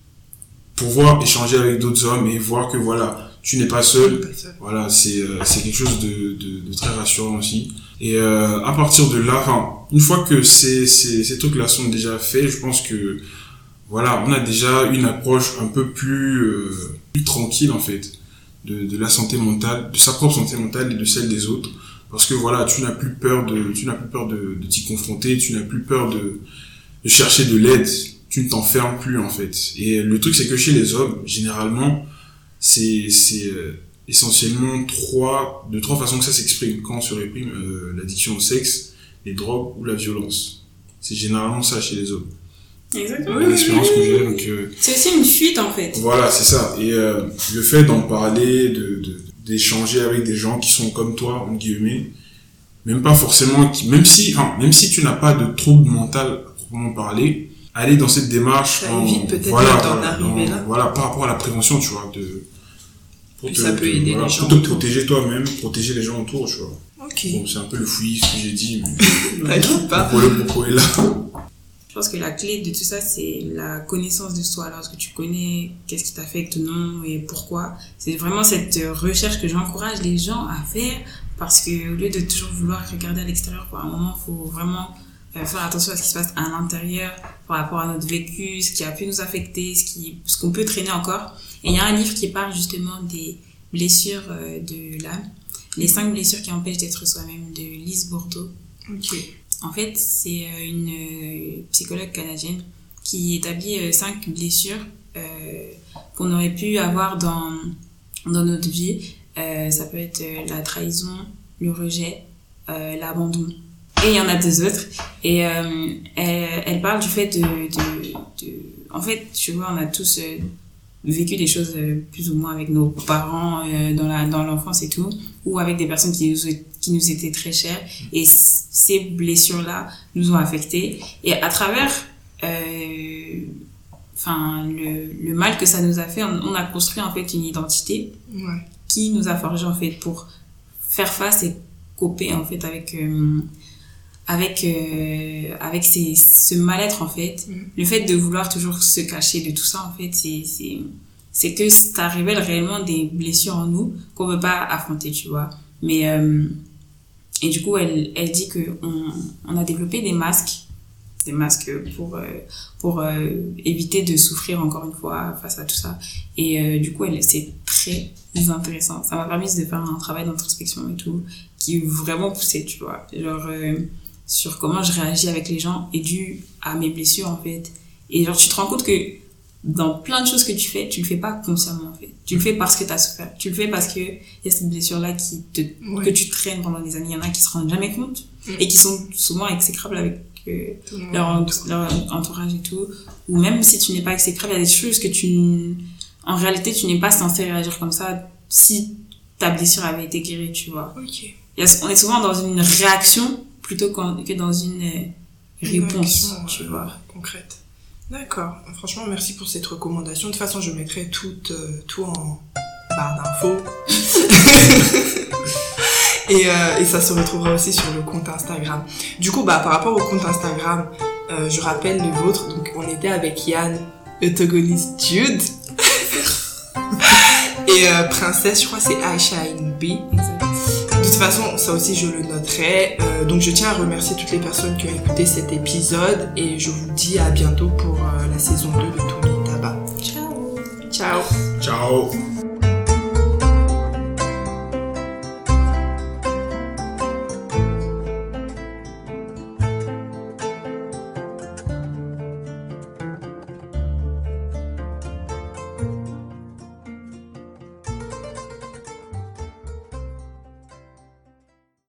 pouvoir échanger avec d'autres hommes et voir que voilà, tu n'es pas seul, voilà, c'est euh, c'est quelque chose de, de, de très rassurant aussi. Et euh, à partir de là, enfin, une fois que ces ces ces trucs-là sont déjà faits, je pense que voilà, on a déjà une approche un peu plus euh, plus tranquille en fait de de la santé mentale, de sa propre santé mentale et de celle des autres. Parce que voilà, tu n'as plus peur de, tu n'as plus peur de, de t'y confronter, tu n'as plus peur de, de chercher de l'aide, tu ne t'enfermes plus en fait. Et le truc c'est que chez les hommes, généralement, c'est, c'est euh, essentiellement trois, de trois façons que ça s'exprime quand on se réprime euh, l'addiction au sexe, les drogues ou la violence. C'est généralement ça chez les hommes. Exactement. L'expérience que j'ai, donc. Euh, c'est aussi une fuite en fait. Voilà, c'est ça. Et euh, le fait d'en parler, de, de d'échanger avec des gens qui sont comme toi, entre guillemets, même pas forcément, qui, même si, enfin, même si tu n'as pas de trouble mental à proprement parler, aller dans cette démarche, ça en, évite peut-être voilà, d'en arriver en, là. Voilà, par rapport à la prévention, tu vois, de, pour te, ça peut aider voilà, les gens pour te autour. protéger toi-même, protéger les gens autour, tu vois. Ok. Bon, c'est un peu le fouillis, ce que j'ai dit, mais T'inquiète pas. le propos est là. Je pense que la clé de tout ça, c'est la connaissance de soi. Lorsque tu connais qu'est-ce qui t'affecte ou non et pourquoi, c'est vraiment cette recherche que j'encourage les gens à faire, parce que au lieu de toujours vouloir regarder à l'extérieur, pour un moment, il faut vraiment faire attention à ce qui se passe à l'intérieur par rapport à notre vécu, ce qui a pu nous affecter, ce, qui, ce qu'on peut traîner encore. Et il y a un livre qui parle justement des blessures de l'âme, les cinq blessures qui empêchent d'être soi-même, de Lise Bourbeau. Ok. En fait, c'est une psychologue canadienne qui établit cinq blessures euh, qu'on aurait pu avoir dans, dans notre vie. Euh, ça peut être la trahison, le rejet, euh, l'abandon. Et il y en a deux autres. Et euh, elle, elle parle du fait de, de, de... En fait, tu vois, on a tous euh, vécu des choses euh, plus ou moins avec nos parents euh, dans, la, dans l'enfance et tout, ou avec des personnes qui nous, qui nous étaient très chères. Et ces blessures-là nous ont affectés. Et à travers euh, enfin, le, le mal que ça nous a fait, on, on a construit en fait une identité ouais. qui nous a forgé en fait pour faire face et coper en fait avec... Euh, avec euh, avec ces, ce mal-être en fait, mmh. le fait de vouloir toujours se cacher de tout ça en fait, c'est c'est c'est que ça révèle réellement des blessures en nous qu'on veut pas affronter, tu vois. Mais euh, et du coup elle elle dit que on on a développé des masques, des masques pour euh, pour euh, éviter de souffrir encore une fois face à tout ça. Et euh, du coup elle c'est très intéressant. Ça m'a permis de faire un travail d'introspection et tout qui vraiment poussé, tu vois. Genre euh, sur comment je réagis avec les gens est dû à mes blessures en fait. Et genre tu te rends compte que dans plein de choses que tu fais, tu le fais pas consciemment en fait. Tu le fais parce que t'as souffert. Tu le fais parce que il y a cette blessure là qui te ouais. que tu traînes pendant des années. Il y en a qui se rendent jamais compte mmh. et qui sont souvent exécrables avec euh, leur, leur entourage et tout. Ou même si tu n'es pas exécrable, il y a des choses que tu en réalité tu n'es pas censé réagir comme ça si ta blessure avait été guérie, tu vois. Okay. Il y a, on est souvent dans une réaction plutôt que dans une réponse, une tu euh, vois. Concrète. D'accord. Franchement, merci pour cette recommandation. De toute façon, je mettrai tout, euh, tout en barre d'infos. et, euh, et ça se retrouvera aussi sur le compte Instagram. Du coup, bah, par rapport au compte Instagram, euh, je rappelle le vôtre. Donc, on était avec Yann, le Togolese Jude. et euh, Princesse, je crois que c'est Aisha B. De toute façon, ça aussi, je le noterai. Euh, donc, je tiens à remercier toutes les personnes qui ont écouté cet épisode et je vous dis à bientôt pour euh, la saison deux de Toumi Tabac. Ciao. Ciao. Ciao.